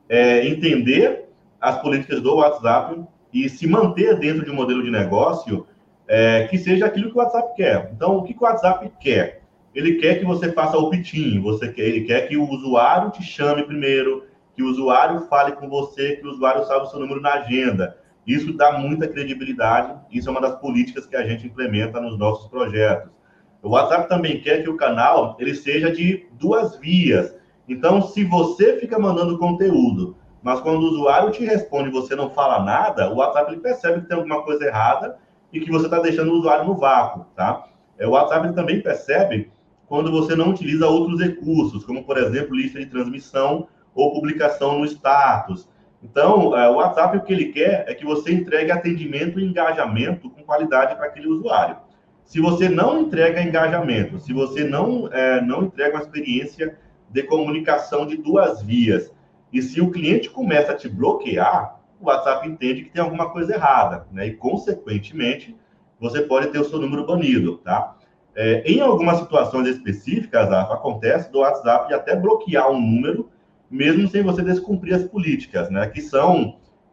é entender as políticas do WhatsApp e se manter dentro de um modelo de negócio que seja aquilo que o WhatsApp quer. Então, o que o WhatsApp quer? Ele quer que você faça opt-in, ele quer que o usuário te chame primeiro, que o usuário fale com você, que o usuário salve o seu número na agenda. Isso dá muita credibilidade, isso é uma das políticas que a gente implementa nos nossos projetos. O WhatsApp também quer que o canal ele seja de duas vias. Então, se você fica mandando conteúdo, mas quando o usuário te responde e você não fala nada, o WhatsApp ele percebe que tem alguma coisa errada e que você está deixando o usuário no vácuo, tá? O WhatsApp ele também percebe quando você não utiliza outros recursos, como, por exemplo, lista de transmissão ou publicação no status. Então, o WhatsApp, o que ele quer é que você entregue atendimento e engajamento com qualidade para aquele usuário. Se você não entrega engajamento, se você não entrega uma experiência de comunicação de duas vias, e se o cliente começa a te bloquear, o WhatsApp entende que tem alguma coisa errada, né? E, consequentemente, você pode ter o seu número banido, tá? Em algumas situações específicas, acontece do WhatsApp até bloquear um número, mesmo sem você descumprir as políticas, né? Que são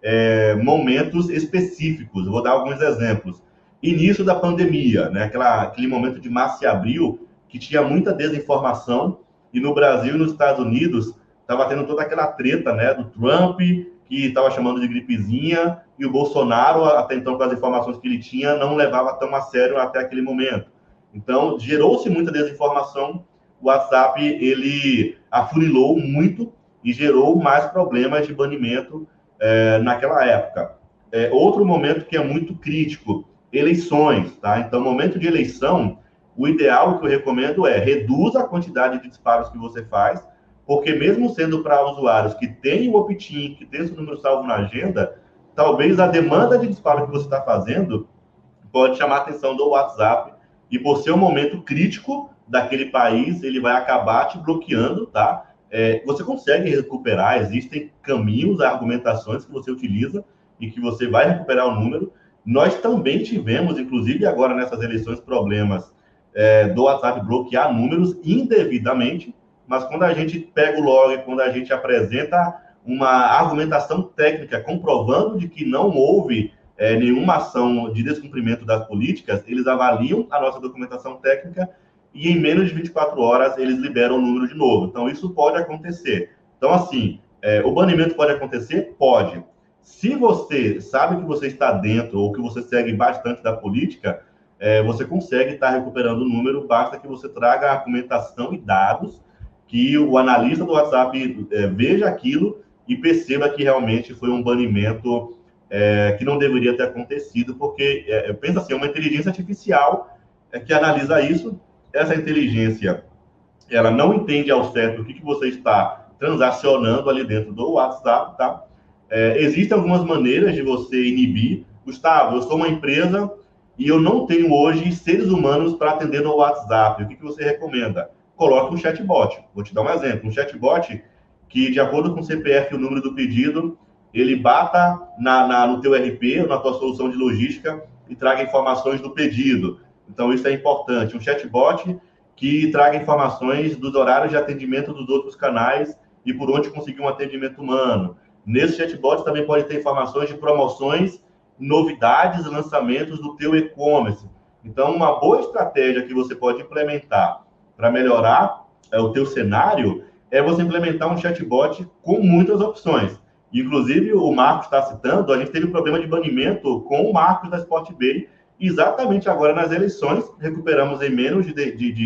momentos específicos. Eu vou dar alguns exemplos. Início da pandemia, né? Aquele momento de março e abril, que tinha muita desinformação, e no Brasil e nos Estados Unidos estava tendo toda aquela treta, né? Do Trump, que estava chamando de gripezinha, e o Bolsonaro, até então, com as informações que ele tinha, não levava tão a sério até aquele momento. Então, gerou-se muita desinformação, o WhatsApp, ele afunilou muito e gerou mais problemas de banimento naquela época. Outro momento que é muito crítico, eleições, tá? Então, momento de eleição, o ideal que eu recomendo é reduza a quantidade de disparos que você faz, porque mesmo sendo para usuários que têm o opt-in, que têm seu número salvo na agenda, talvez a demanda de disparo que você está fazendo pode chamar a atenção do WhatsApp e por ser um momento crítico daquele país, ele vai acabar te bloqueando, tá? Você consegue recuperar, existem caminhos, argumentações que você utiliza e que você vai recuperar o número. Nós também tivemos, inclusive agora nessas eleições, problemas do WhatsApp bloquear números indevidamente, mas quando a gente pega o log, quando a gente apresenta uma argumentação técnica comprovando de que não houve nenhuma ação de descumprimento das políticas, eles avaliam a nossa documentação técnica e em menos de 24 horas eles liberam o número de novo. Então, isso pode acontecer. Então, assim, o banimento pode acontecer? Pode. Se você sabe que você está dentro ou que você segue bastante da política, você consegue estar recuperando o número, basta que você traga argumentação e dados, que o analista do WhatsApp veja aquilo e perceba que realmente foi um banimento que não deveria ter acontecido, porque, pensa assim, é uma inteligência artificial que analisa isso. Essa inteligência, ela não entende ao certo o que você está transacionando ali dentro do WhatsApp, tá? Existem algumas maneiras de você inibir. Gustavo, eu sou uma empresa e eu não tenho hoje seres humanos para atender no WhatsApp. O que você recomenda? Coloque um chatbot. Vou te dar um exemplo. Um chatbot que, de acordo com o CPF e o número do pedido, ele bata no teu RP, ou na tua solução de logística, e traga informações do pedido. Então, isso é importante. Um chatbot que traga informações dos horários de atendimento dos outros canais e por onde conseguir um atendimento humano. Nesse chatbot também pode ter informações de promoções, novidades, lançamentos do teu e-commerce. Então, uma boa estratégia que você pode implementar para melhorar o teu cenário é você implementar um chatbot com muitas opções. Inclusive, o Marcos está citando, a gente teve um problema de banimento com o Marcos da SportBay, exatamente agora nas eleições, recuperamos em menos de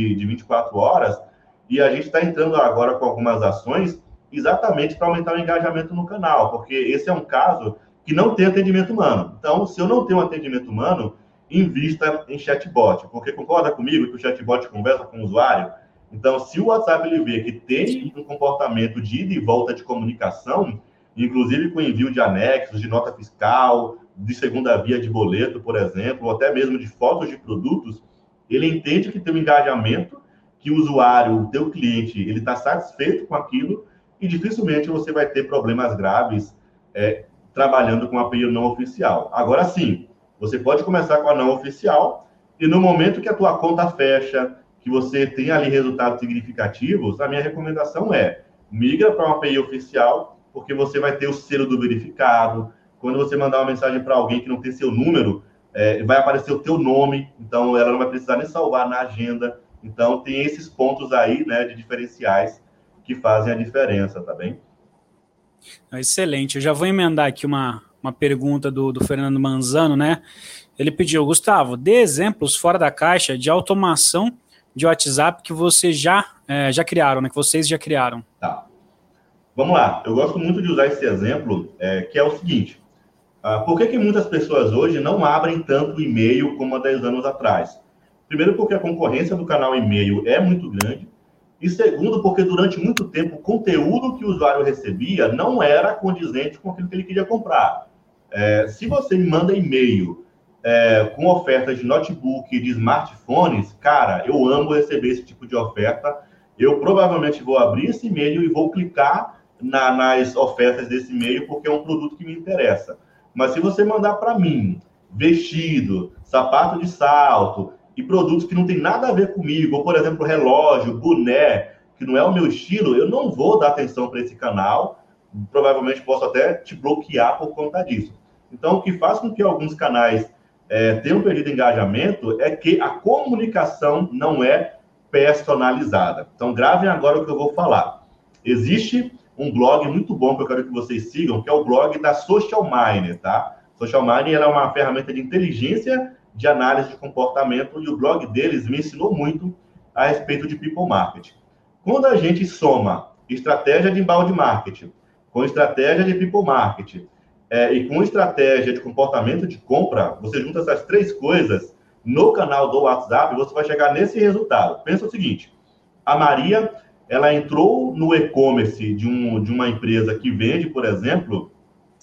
24 horas, e a gente está entrando agora com algumas ações exatamente para aumentar o engajamento no canal, porque esse é um caso que não tem atendimento humano. Então, se eu não tenho um atendimento humano, invista em chatbot, porque concorda comigo que o chatbot conversa com o usuário? Então, se o WhatsApp ele vê que tem um comportamento de ida e volta de comunicação, inclusive com envio de anexos, de nota fiscal, de segunda via de boleto, por exemplo, ou até mesmo de fotos de produtos, ele entende que tem um engajamento, que o usuário, o teu cliente, ele está satisfeito com aquilo e dificilmente você vai ter problemas graves trabalhando com a API não oficial. Agora sim, você pode começar com a não oficial e no momento que a tua conta fecha, que você tem ali resultados significativos, a minha recomendação migra para uma API oficial, porque você vai ter o selo do verificado. Quando você mandar uma mensagem para alguém que não tem seu número, vai aparecer o teu nome, então ela não vai precisar nem salvar na agenda. Então, tem esses pontos aí, né, de diferenciais que fazem a diferença, tá bem? Excelente. Eu já vou emendar aqui uma pergunta do Fernando Manzano, né? Ele pediu, Gustavo, dê exemplos fora da caixa de automação de WhatsApp que vocês já criaram, né? Que vocês já criaram. Tá. Vamos lá. Eu gosto muito de usar esse exemplo, que é o seguinte. Por que muitas pessoas hoje não abrem tanto e-mail como há 10 anos atrás? Primeiro, porque a concorrência do canal e-mail é muito grande. E segundo, porque durante muito tempo o conteúdo que o usuário recebia não era condizente com aquilo que ele queria comprar. Se você me manda e-mail com ofertas de notebook, de smartphones, cara, eu amo receber esse tipo de oferta. Eu provavelmente vou abrir esse e-mail e vou clicar nas ofertas desse e-mail, porque é um produto que me interessa. Mas se você mandar para mim vestido, sapato de salto e produtos que não tem nada a ver comigo, ou, por exemplo, relógio, boné, que não é o meu estilo, eu não vou dar atenção para esse canal. Provavelmente posso até te bloquear por conta disso. Então, o que faz com que alguns canais tenham perdido engajamento é que a comunicação não é personalizada. Então, gravem agora o que eu vou falar. Existe um blog muito bom que eu quero que vocês sigam, que é o blog da Social Miner, tá? Social Miner ela é uma ferramenta de inteligência de análise de comportamento e o blog deles me ensinou muito a respeito de people marketing. Quando a gente soma estratégia de inbound marketing com estratégia de people marketing e com estratégia de comportamento de compra, você junta essas três coisas no canal do WhatsApp, você vai chegar nesse resultado. Pensa o seguinte, a Maria, ela entrou no e-commerce de uma empresa que vende, por exemplo,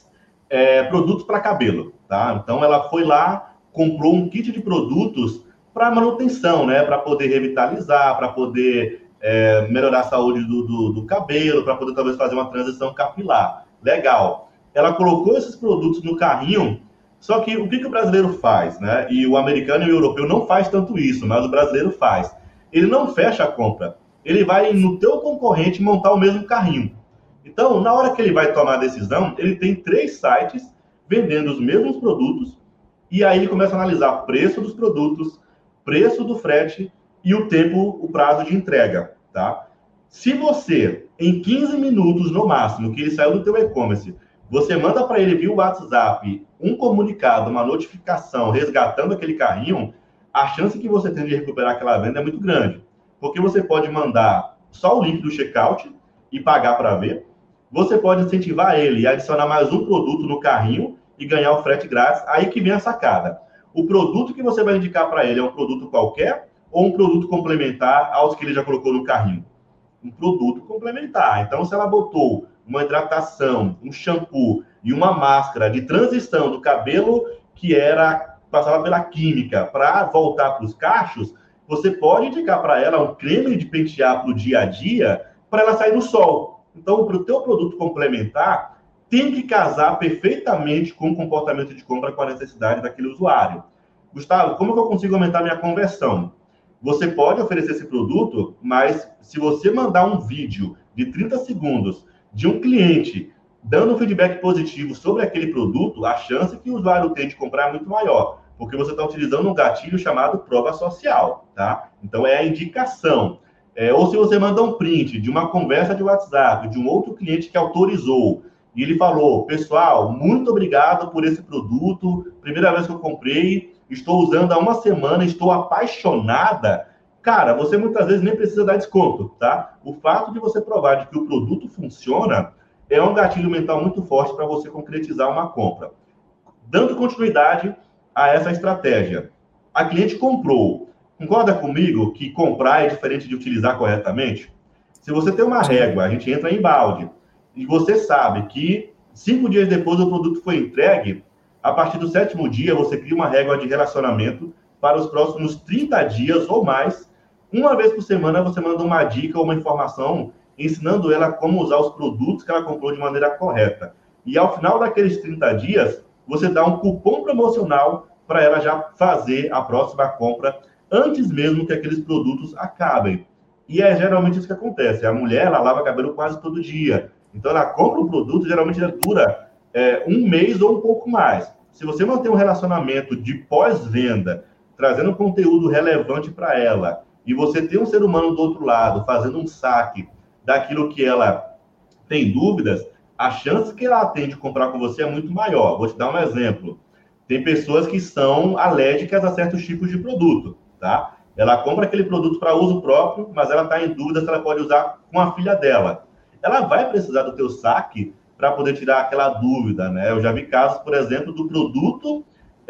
produtos para cabelo, tá? Então, ela foi lá, comprou um kit de produtos para manutenção, né? Para poder revitalizar, para poder melhorar a saúde do cabelo, para poder talvez fazer uma transição capilar. Legal. Ela colocou esses produtos no carrinho, só que o que o brasileiro faz, né? E o americano e o europeu não faz tanto isso, mas o brasileiro faz. Ele não fecha a compra. Ele vai no teu concorrente montar o mesmo carrinho. Então, na hora que ele vai tomar a decisão, ele tem 3 sites vendendo os mesmos produtos e aí ele começa a analisar preço dos produtos, preço do frete e o tempo, o prazo de entrega, tá? Se você, em 15 minutos no máximo, que ele saiu do teu e-commerce, você manda para ele via WhatsApp um comunicado, uma notificação resgatando aquele carrinho, a chance que você tem de recuperar aquela venda é muito grande. Porque você pode mandar só o link do checkout e pagar para ver. Você pode incentivar ele e adicionar mais um produto no carrinho e ganhar o frete grátis. Aí que vem a sacada. O produto que você vai indicar para ele é um produto qualquer ou um produto complementar aos que ele já colocou no carrinho? Um produto complementar. Então, se ela botou uma hidratação, um shampoo e uma máscara de transição do cabelo que passava pela química para voltar para os cachos, você pode indicar para ela um creme de pentear para o dia a dia para ela sair no sol. Então, para o teu produto complementar, tem que casar perfeitamente com o comportamento de compra, com a necessidade daquele usuário. Gustavo, como que eu consigo aumentar minha conversão? Você pode oferecer esse produto, mas se você mandar um vídeo de 30 segundos de um cliente dando um feedback positivo sobre aquele produto, a chance que o usuário tem de comprar é muito maior, porque você está utilizando um gatilho chamado prova social, tá? Então, é a indicação. Ou se você manda um print de uma conversa de WhatsApp de um outro cliente que autorizou, e ele falou, pessoal, muito obrigado por esse produto, primeira vez que eu comprei, estou usando há uma semana, estou apaixonada. Cara, você muitas vezes nem precisa dar desconto, tá? O fato de você provar de que o produto funciona é um gatilho mental muito forte para você concretizar uma compra. Dando continuidade a essa estratégia. A cliente comprou. Concorda comigo que comprar é diferente de utilizar corretamente? Se você tem uma régua, a gente entra em balde, e você sabe que 5 dias depois o produto foi entregue, a partir do 7º dia você cria uma régua de relacionamento para os próximos 30 dias ou mais. Uma vez por semana você manda uma dica ou uma informação ensinando ela como usar os produtos que ela comprou de maneira correta. E ao final daqueles 30 dias, você dá um cupom promocional para ela já fazer a próxima compra antes mesmo que aqueles produtos acabem. E é geralmente isso que acontece. A mulher, ela lava cabelo quase todo dia. Então, ela compra o produto, geralmente ela dura 1 mês ou um pouco mais. Se você manter um relacionamento de pós-venda, trazendo conteúdo relevante para ela, e você ter um ser humano do outro lado, fazendo um saque daquilo que ela tem dúvidas, a chance que ela tem de comprar com você é muito maior. Vou te dar um exemplo. Tem pessoas que são alérgicas a certos tipos de produto, tá? Ela compra aquele produto para uso próprio, mas ela está em dúvida se ela pode usar com a filha dela. Ela vai precisar do teu saque para poder tirar aquela dúvida, né? Eu já vi casos, por exemplo, do produto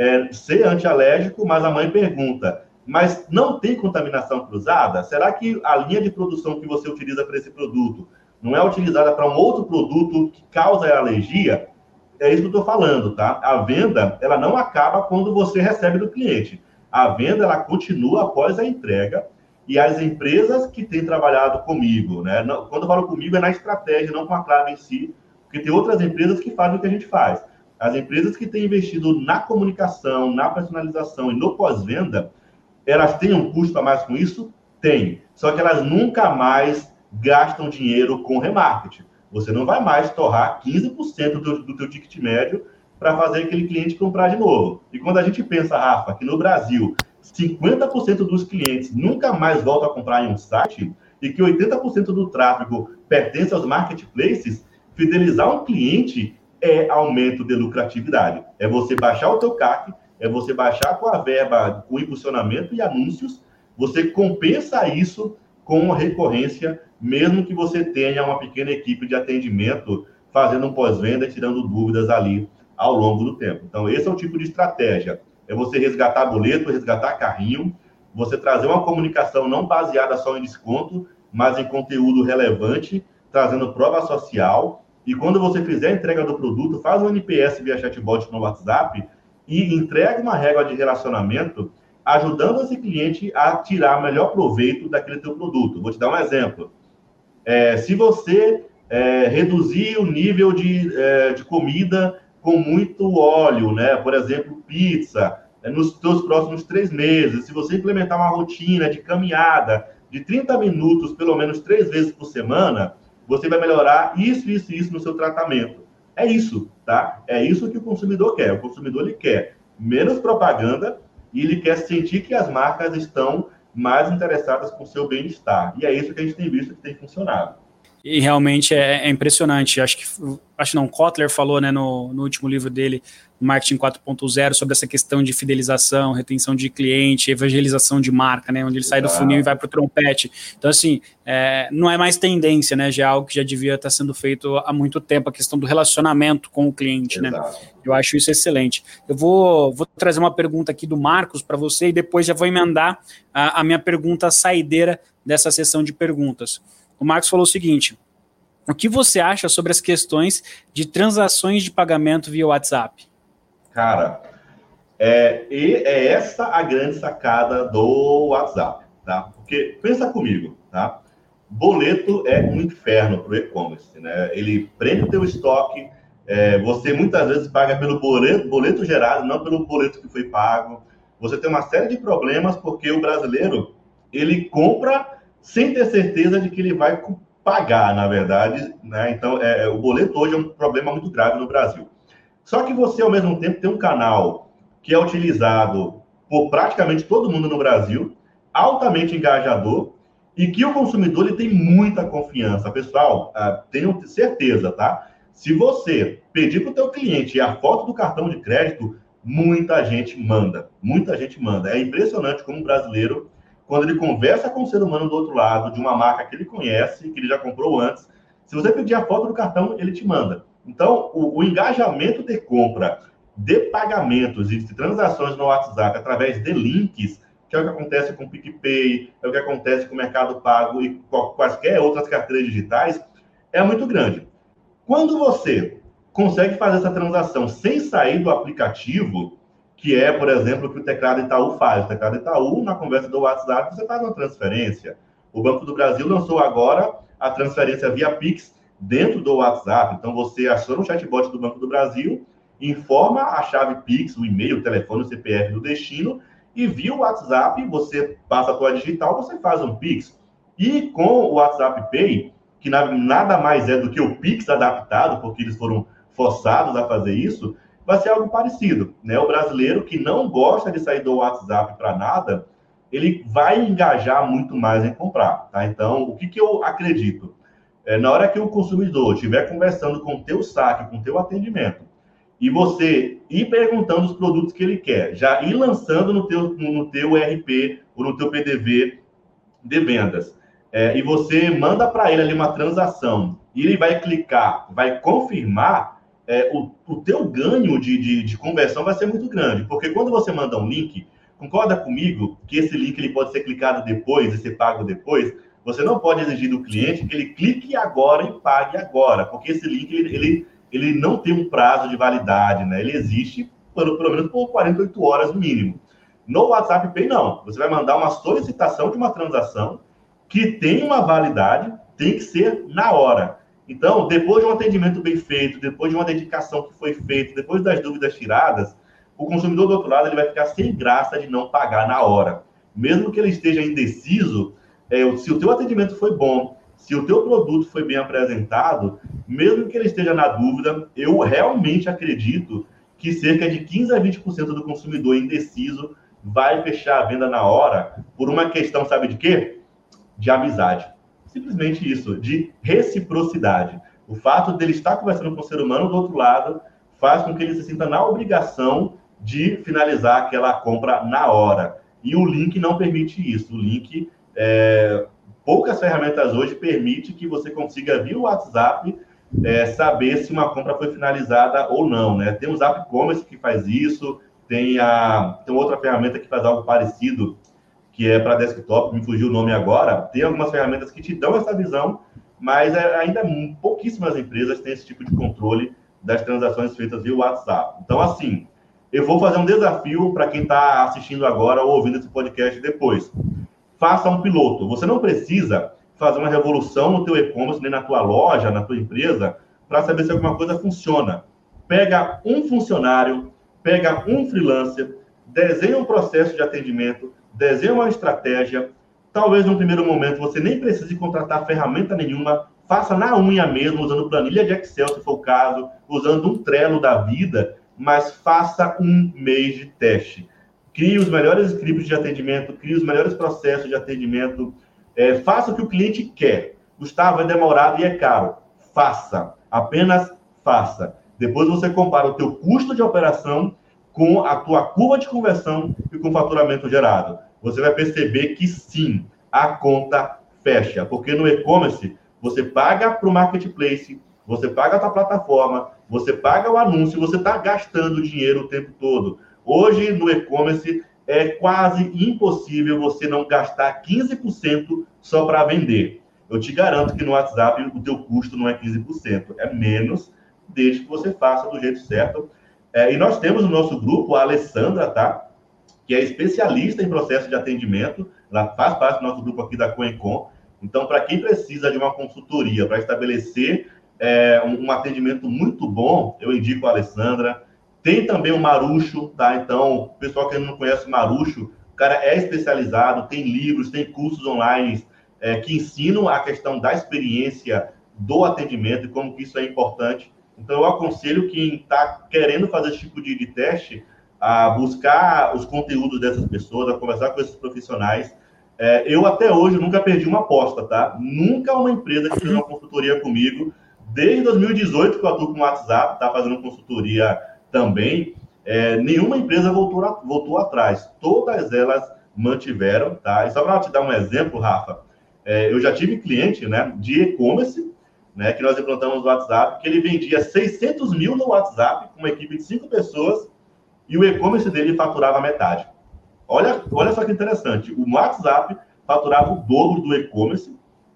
ser antialérgico, mas a mãe pergunta, mas não tem contaminação cruzada? Será que a linha de produção que você utiliza para esse produto não é utilizada para um outro produto que causa alergia? É isso que eu estou falando, tá? A venda, ela não acaba quando você recebe do cliente. A venda, ela continua após a entrega. E as empresas que têm trabalhado comigo, né? Quando eu falo comigo, é na estratégia, não com a Clave em si, porque tem outras empresas que fazem o que a gente faz. As empresas que têm investido na comunicação, na personalização e no pós-venda, elas têm um custo a mais com isso? Tem. Só que elas nunca mais gastam dinheiro com remarketing. Você não vai mais torrar 15% do teu ticket médio para fazer aquele cliente comprar de novo. E quando a gente pensa, Rafa, que no Brasil 50% dos clientes nunca mais voltam a comprar em um site e que 80% do tráfego pertence aos marketplaces, fidelizar um cliente é aumento de lucratividade. É você baixar o teu CAC, é você baixar com a verba, com impulsionamento e anúncios, você compensa isso com a recorrência mesmo que você tenha uma pequena equipe de atendimento fazendo um pós-venda e tirando dúvidas ali ao longo do tempo. Então, esse é o tipo de estratégia. É você resgatar boleto, resgatar carrinho, você trazer uma comunicação não baseada só em desconto, mas em conteúdo relevante, trazendo prova social. E quando você fizer a entrega do produto, faz um NPS via chatbot no WhatsApp e entrega uma régua de relacionamento, ajudando esse cliente a tirar melhor proveito daquele teu produto. Vou te dar um exemplo. Se você reduzir o nível de comida com muito óleo, né? Por exemplo, pizza, nos seus próximos 3 meses, se você implementar uma rotina de caminhada de 30 minutos, pelo menos 3 vezes por semana, você vai melhorar isso no seu tratamento. É isso, tá? É isso que o consumidor quer. O consumidor, ele quer menos propaganda e ele quer sentir que as marcas estão mais interessadas com o seu bem-estar. E é isso que a gente tem visto que tem funcionado. E realmente é impressionante. Kotler falou, né, no último livro dele, Marketing 4.0, sobre essa questão de fidelização, retenção de cliente, evangelização de marca, né, onde ele sai do funil e vai para o trompete. Então, assim, não é mais tendência, né, já é algo que já devia estar sendo feito há muito tempo, a questão do relacionamento com o cliente, né? Eu acho isso excelente. Eu vou trazer uma pergunta aqui do Marcos para você e depois já vou emendar a minha pergunta saideira dessa sessão de perguntas. O Marcos falou o seguinte: o que você acha sobre as questões de transações de pagamento via WhatsApp? Cara, é essa a grande sacada do WhatsApp, tá? Porque, pensa comigo, tá? Boleto é um inferno para o e-commerce, né? Ele prende o teu estoque, você muitas vezes paga pelo boleto gerado, não pelo boleto que foi pago. Você tem uma série de problemas porque o brasileiro, ele compra sem ter certeza de que ele vai pagar, na verdade, né? Então, o boleto hoje é um problema muito grave no Brasil. Só que você, ao mesmo tempo, tem um canal que é utilizado por praticamente todo mundo no Brasil, altamente engajador, e que o consumidor ele tem muita confiança. Pessoal, tenho certeza, tá? Se você pedir para o teu cliente a foto do cartão de crédito, muita gente manda. Muita gente manda. É impressionante como o brasileiro, quando ele conversa com o ser humano do outro lado, de uma marca que ele conhece, que ele já comprou antes, se você pedir a foto do cartão, ele te manda. Então, o engajamento de compra, de pagamentos e de transações no WhatsApp através de links, que é o que acontece com o PicPay, é o que acontece com o Mercado Pago e quaisquer outras carteiras digitais, é muito grande. Quando você consegue fazer essa transação sem sair do aplicativo, que é, por exemplo, o que o teclado Itaú faz. O teclado Itaú, na conversa do WhatsApp, você faz uma transferência. O Banco do Brasil lançou agora a transferência via Pix dentro do WhatsApp. Então, você aciona o chatbot do Banco do Brasil, informa a chave Pix, o e-mail, o telefone, o CPF do destino, e via o WhatsApp, você passa a tua digital, você faz um Pix. E com o WhatsApp Pay, que nada mais é do que o Pix adaptado, porque eles foram forçados a fazer isso, vai ser algo parecido, né? O brasileiro que não gosta de sair do WhatsApp para nada, ele vai engajar muito mais em comprar, tá? Então, o que eu acredito? Na hora que o consumidor estiver conversando com o teu saque, com o teu atendimento, e você ir perguntando os produtos que ele quer, já ir lançando no teu RP ou no teu PDV de vendas, e você manda para ele ali uma transação, e ele vai clicar, vai confirmar, o teu ganho de conversão vai ser muito grande, porque quando você manda um link, concorda comigo que esse link ele pode ser clicado depois e ser pago depois? Você não pode exigir do cliente que ele clique agora e pague agora, porque esse link ele não tem um prazo de validade, né? Ele existe pelo menos por 48 horas no mínimo. No WhatsApp Pay, não. Você vai mandar uma solicitação de uma transação que tem uma validade, tem que ser na hora. Então, depois de um atendimento bem feito, depois de uma dedicação que foi feita, depois das dúvidas tiradas, o consumidor do outro lado ele vai ficar sem graça de não pagar na hora. Mesmo que ele esteja indeciso, se o teu atendimento foi bom, se o teu produto foi bem apresentado, mesmo que ele esteja na dúvida, eu realmente acredito que cerca de 15% a 20% do consumidor indeciso vai fechar a venda na hora por uma questão, sabe de quê? De amizade. Simplesmente isso, de reciprocidade. O fato dele estar conversando com o ser humano do outro lado faz com que ele se sinta na obrigação de finalizar aquela compra na hora. E o link não permite isso. O link poucas ferramentas hoje permitem que você consiga, via o WhatsApp, saber se uma compra foi finalizada ou não, né? Tem o Zap Commerce que faz isso, tem outra ferramenta que faz algo parecido, que é para desktop, me fugiu o nome agora. Tem algumas ferramentas que te dão essa visão, mas ainda pouquíssimas empresas têm esse tipo de controle das transações feitas via WhatsApp. Então, assim, eu vou fazer um desafio para quem está assistindo agora ou ouvindo esse podcast depois. Faça um piloto. Você não precisa fazer uma revolução no teu e-commerce, nem na tua loja, na tua empresa, para saber se alguma coisa funciona. Pega um funcionário, pega um freelancer, desenha um processo de atendimento, desenha uma estratégia. Talvez no primeiro momento você nem precise contratar ferramenta nenhuma, faça na unha mesmo, usando planilha de Excel, se for o caso, usando um Trello da vida, mas faça um mês de teste. Crie os melhores scripts de atendimento, crie os melhores processos de atendimento, faça o que o cliente quer. Gustavo, é demorado e é caro. Faça, apenas faça. Depois você compara o teu custo de operação com a tua curva de conversão e com o faturamento gerado. Você vai perceber que sim, a conta fecha. Porque no e-commerce, você paga para o marketplace, você paga a tua plataforma, você paga o anúncio, você está gastando dinheiro o tempo todo. Hoje, no e-commerce, é quase impossível você não gastar 15% só para vender. Eu te garanto que no WhatsApp o teu custo não é 15%, é menos, desde que você faça do jeito certo. E nós temos no nosso grupo a Alessandra, tá? Que é especialista em processo de atendimento, ela faz parte do nosso grupo aqui da Coencom. Então, para quem precisa de uma consultoria para estabelecer um atendimento muito bom, eu indico a Alessandra. Tem também o Marucho, tá? Então, o pessoal que ainda não conhece o Marucho, o cara é especializado, tem livros, tem cursos online que ensinam a questão da experiência do atendimento e como que isso é importante. Então, eu aconselho quem está querendo fazer esse tipo de teste a buscar os conteúdos dessas pessoas, a conversar com esses profissionais. Eu, até hoje, nunca perdi uma aposta, tá? Nunca uma empresa que fez uma consultoria comigo, desde 2018 que eu atuo com o WhatsApp, tá fazendo consultoria também, nenhuma empresa voltou atrás. Todas elas mantiveram, tá? E só para te dar um exemplo, Rafa, eu já tive cliente, né, de e-commerce, né, que nós implantamos no WhatsApp, que ele vendia 600 mil no WhatsApp, com uma equipe de 5 pessoas, e o e-commerce dele faturava metade. Olha só que interessante. O WhatsApp faturava o dobro do e-commerce,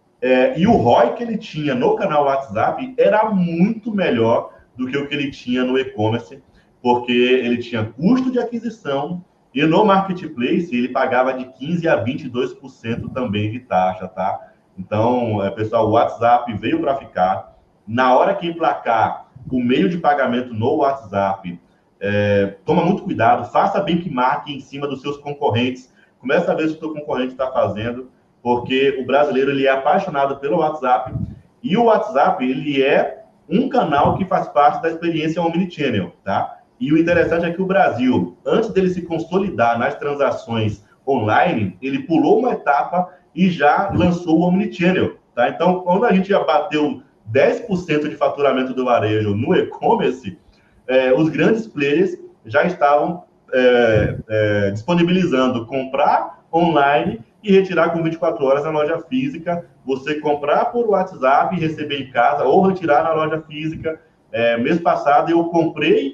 e o ROI que ele tinha no canal WhatsApp era muito melhor do que o que ele tinha no e-commerce, porque ele tinha custo de aquisição e no marketplace ele pagava de 15% a 22% também de taxa, tá? Então, pessoal, o WhatsApp veio para ficar. Na hora que emplacar o meio de pagamento no WhatsApp, toma muito cuidado, faça benchmark em cima dos seus concorrentes, começa a ver se o seu concorrente está fazendo, porque o brasileiro ele é apaixonado pelo WhatsApp, e o WhatsApp ele é um canal que faz parte da experiência omnichannel, tá? E o interessante é que o Brasil, antes dele se consolidar nas transações online, ele pulou uma etapa e já lançou o omnichannel, tá? Então, quando a gente já bateu 10% de faturamento do varejo no e-commerce, os grandes players já estavam disponibilizando comprar online e retirar com 24 horas na loja física, você comprar por WhatsApp e receber em casa, ou retirar na loja física. Mês passado eu comprei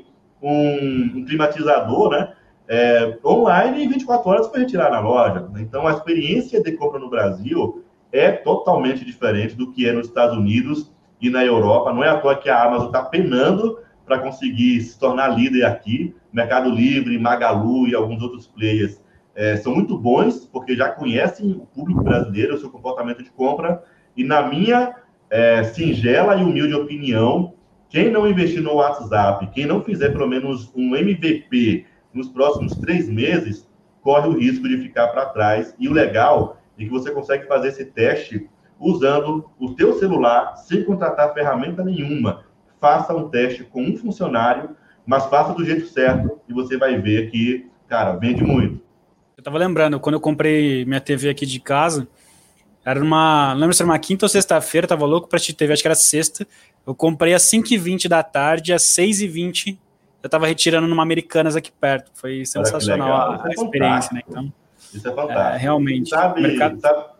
um climatizador, né, online, e em 24 horas foi retirar na loja. Então, a experiência de compra no Brasil é totalmente diferente do que é nos Estados Unidos e na Europa. Não é à toa que a Amazon está penando para conseguir se tornar líder aqui. Mercado Livre, Magalu e alguns outros players são muito bons, porque já conhecem o público brasileiro, o seu comportamento de compra. E na minha singela e humilde opinião, quem não investir no WhatsApp, quem não fizer pelo menos um MVP nos próximos 3 meses, corre o risco de ficar para trás. E o legal é que você consegue fazer esse teste usando o teu celular, sem contratar ferramenta nenhuma. Faça um teste com um funcionário, mas faça do jeito certo e você vai ver que, cara, vende muito. Eu tava lembrando, quando eu comprei minha TV aqui de casa, era não lembro se era uma quinta ou sexta-feira, tava louco pra assistir TV, acho que era sexta. Eu comprei às 5h20 da tarde, às 6h20 eu tava retirando numa Americanas aqui perto. Foi sensacional a experiência, né? Então, isso é fantástico. Realmente.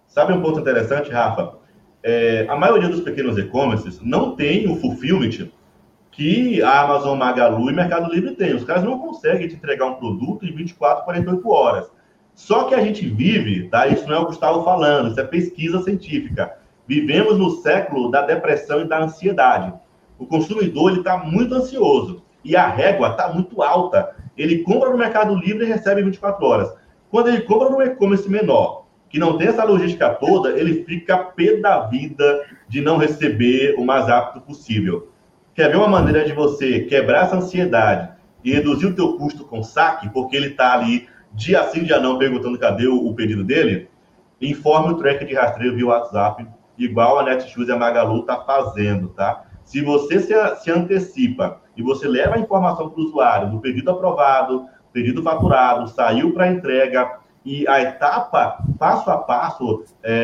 Sabe um ponto interessante, Rafa? A maioria dos pequenos e-commerces não tem o fulfillment que a Amazon, Magalu e Mercado Livre tem. Os caras não conseguem te entregar um produto em 24, 48 horas. Só que a gente vive, tá? Isso não é o Gustavo falando, isso é pesquisa científica. Vivemos no século da depressão e da ansiedade. O consumidor está muito ansioso e a régua está muito alta. Ele compra no Mercado Livre e recebe em 24 horas. Quando ele compra no e-commerce menor, que não tem essa logística toda, ele fica pé da vida de não receber o mais rápido possível. Quer ver uma maneira de você quebrar essa ansiedade e reduzir o teu custo com saque, porque ele está ali dia sim, dia não, perguntando cadê o pedido dele? Informe o tracker de rastreio via WhatsApp, igual a Netshoes e a Magalu está fazendo, tá? Se você se antecipa e você leva a informação para o usuário do pedido aprovado, pedido faturado, saiu para entrega e a etapa, passo a passo,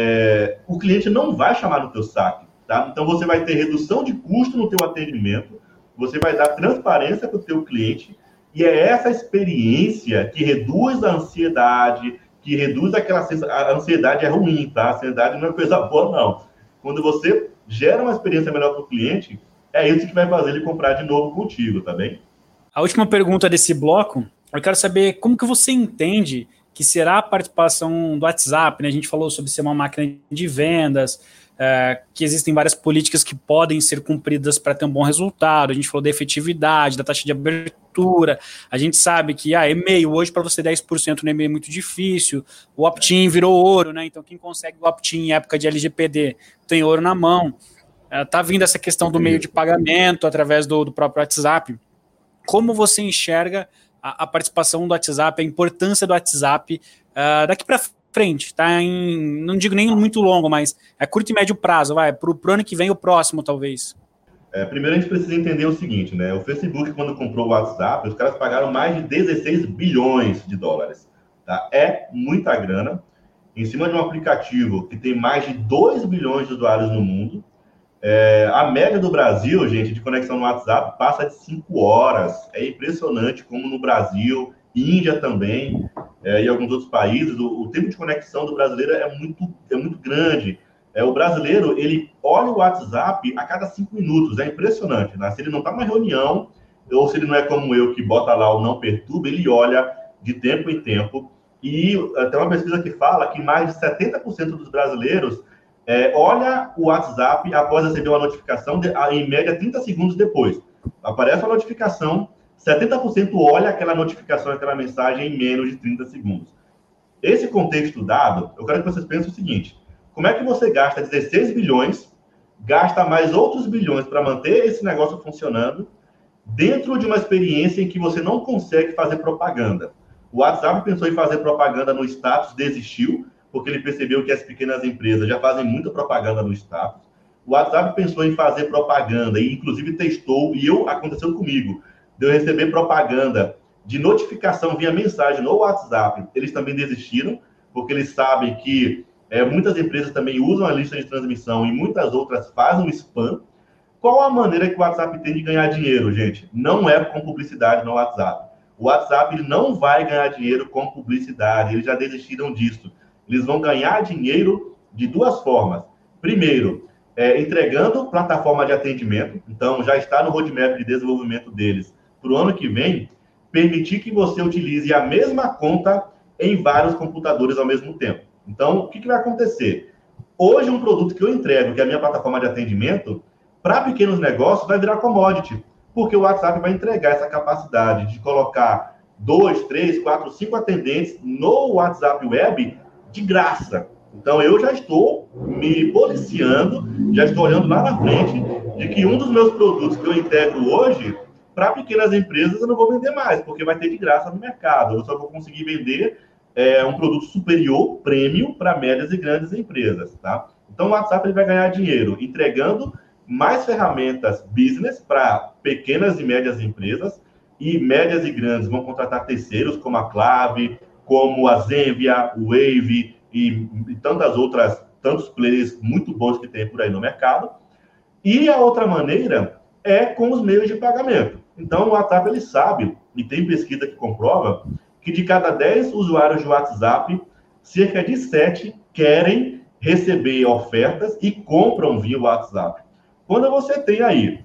o cliente não vai chamar no teu saque, tá? Então, você vai ter redução de custo no teu atendimento, você vai dar transparência para o teu cliente e é essa experiência que reduz a ansiedade, que reduz a ansiedade é ruim, tá? A ansiedade não é coisa boa, não. Quando você gera uma experiência melhor para o cliente, é isso que vai fazer ele comprar de novo contigo, tá bem? A última pergunta desse bloco, eu quero saber como que você entende que será a participação do WhatsApp, né? A gente falou sobre ser uma máquina de vendas, que existem várias políticas que podem ser cumpridas para ter um bom resultado. A gente falou da efetividade, da taxa de abertura. A gente sabe que e-mail, hoje para você 10% no e-mail é muito difícil. O opt-in virou ouro, né? Então quem consegue o opt-in em época de LGPD tem ouro na mão. Tá vindo essa questão do meio de pagamento através do próprio WhatsApp. Como você enxerga a participação do WhatsApp, a importância do WhatsApp daqui para frente, tá? Não digo nem muito longo, mas curto e médio prazo, para o ano que vem, o próximo, talvez. Primeiro a gente precisa entender o seguinte, né? O Facebook, quando comprou o WhatsApp, os caras pagaram mais de 16 bilhões de dólares. Tá? É muita grana. Em cima de um aplicativo que tem mais de 2 bilhões de usuários no mundo. A média do Brasil, gente, de conexão no WhatsApp passa de 5 horas. É impressionante como no Brasil, Índia também, e alguns outros países, o tempo de conexão do brasileiro é muito grande. O brasileiro, ele olha o WhatsApp a cada 5 minutos. É impressionante, né? Se ele não está numa reunião, ou se ele não é como eu, que bota lá o não perturba, ele olha de tempo em tempo. E tem uma pesquisa que fala que mais de 70% dos brasileiros olha o WhatsApp após receber uma notificação, em média 30 segundos depois. Aparece a notificação, 70% olha aquela notificação, aquela mensagem em menos de 30 segundos. Esse contexto dado, eu quero que vocês pensem o seguinte: como é que você gasta 16 bilhões, gasta mais outros bilhões para manter esse negócio funcionando, dentro de uma experiência em que você não consegue fazer propaganda? O WhatsApp pensou em fazer propaganda no status, desistiu, porque ele percebeu que as pequenas empresas já fazem muita propaganda no status. O WhatsApp pensou em fazer propaganda e, inclusive, testou, e aconteceu comigo, de eu receber propaganda de notificação via mensagem no WhatsApp. Eles também desistiram, porque eles sabem que muitas empresas também usam a lista de transmissão e muitas outras fazem spam. Qual a maneira que o WhatsApp tem de ganhar dinheiro, gente? Não é com publicidade no WhatsApp. O WhatsApp ele não vai ganhar dinheiro com publicidade, eles já desistiram disso. Eles vão ganhar dinheiro de duas formas. Primeiro, entregando plataforma de atendimento. Então, já está no roadmap de desenvolvimento deles para o ano que vem, permitir que você utilize a mesma conta em vários computadores ao mesmo tempo. Então, o que vai acontecer? Hoje, um produto que eu entrego, que é a minha plataforma de atendimento, para pequenos negócios, vai virar commodity, porque o WhatsApp vai entregar essa capacidade de colocar 2, 3, 4, 5 atendentes no WhatsApp Web de graça. Então, eu já estou me policiando, já estou olhando lá na frente de que um dos meus produtos que eu integro hoje, para pequenas empresas, eu não vou vender mais, porque vai ter de graça no mercado. Eu só vou conseguir vender um produto superior, premium, para médias e grandes empresas. Tá? Então, o WhatsApp ele vai ganhar dinheiro entregando mais ferramentas business para pequenas e médias empresas, e médias e grandes vão contratar terceiros, como a Clave, como a Zenvia, o Wave e tantos players muito bons que tem por aí no mercado. E a outra maneira é com os meios de pagamento. Então, o WhatsApp, ele sabe, e tem pesquisa que comprova, que de cada 10 usuários de WhatsApp, cerca de 7 querem receber ofertas e compram via WhatsApp. Quando você tem aí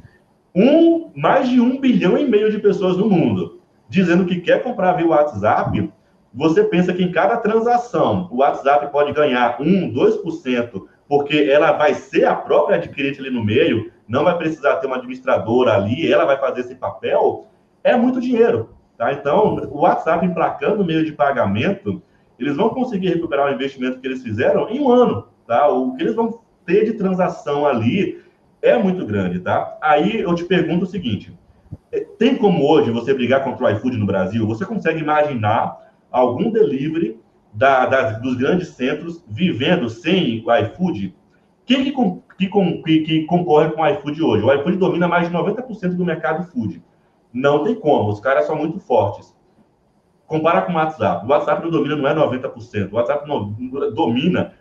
mais de 1,5 bilhão de pessoas no mundo dizendo que quer comprar via WhatsApp, você pensa que em cada transação o WhatsApp pode ganhar 1%, 2%, porque ela vai ser a própria adquirente ali no meio, não vai precisar ter uma administradora ali, ela vai fazer esse papel, é muito dinheiro. Tá? Então, o WhatsApp emplacando o meio de pagamento, eles vão conseguir recuperar o investimento que eles fizeram em um ano. Tá? O que eles vão ter de transação ali é muito grande. Tá? Aí eu te pergunto o seguinte, tem como hoje você brigar contra o iFood no Brasil? Você consegue imaginar algum delivery dos grandes centros vivendo sem o iFood? Quem que concorre com o iFood hoje? O iFood domina mais de 90% do mercado food. Não tem como, os caras são muito fortes. Compara com o WhatsApp. O WhatsApp não domina, não é 90%. O WhatsApp domina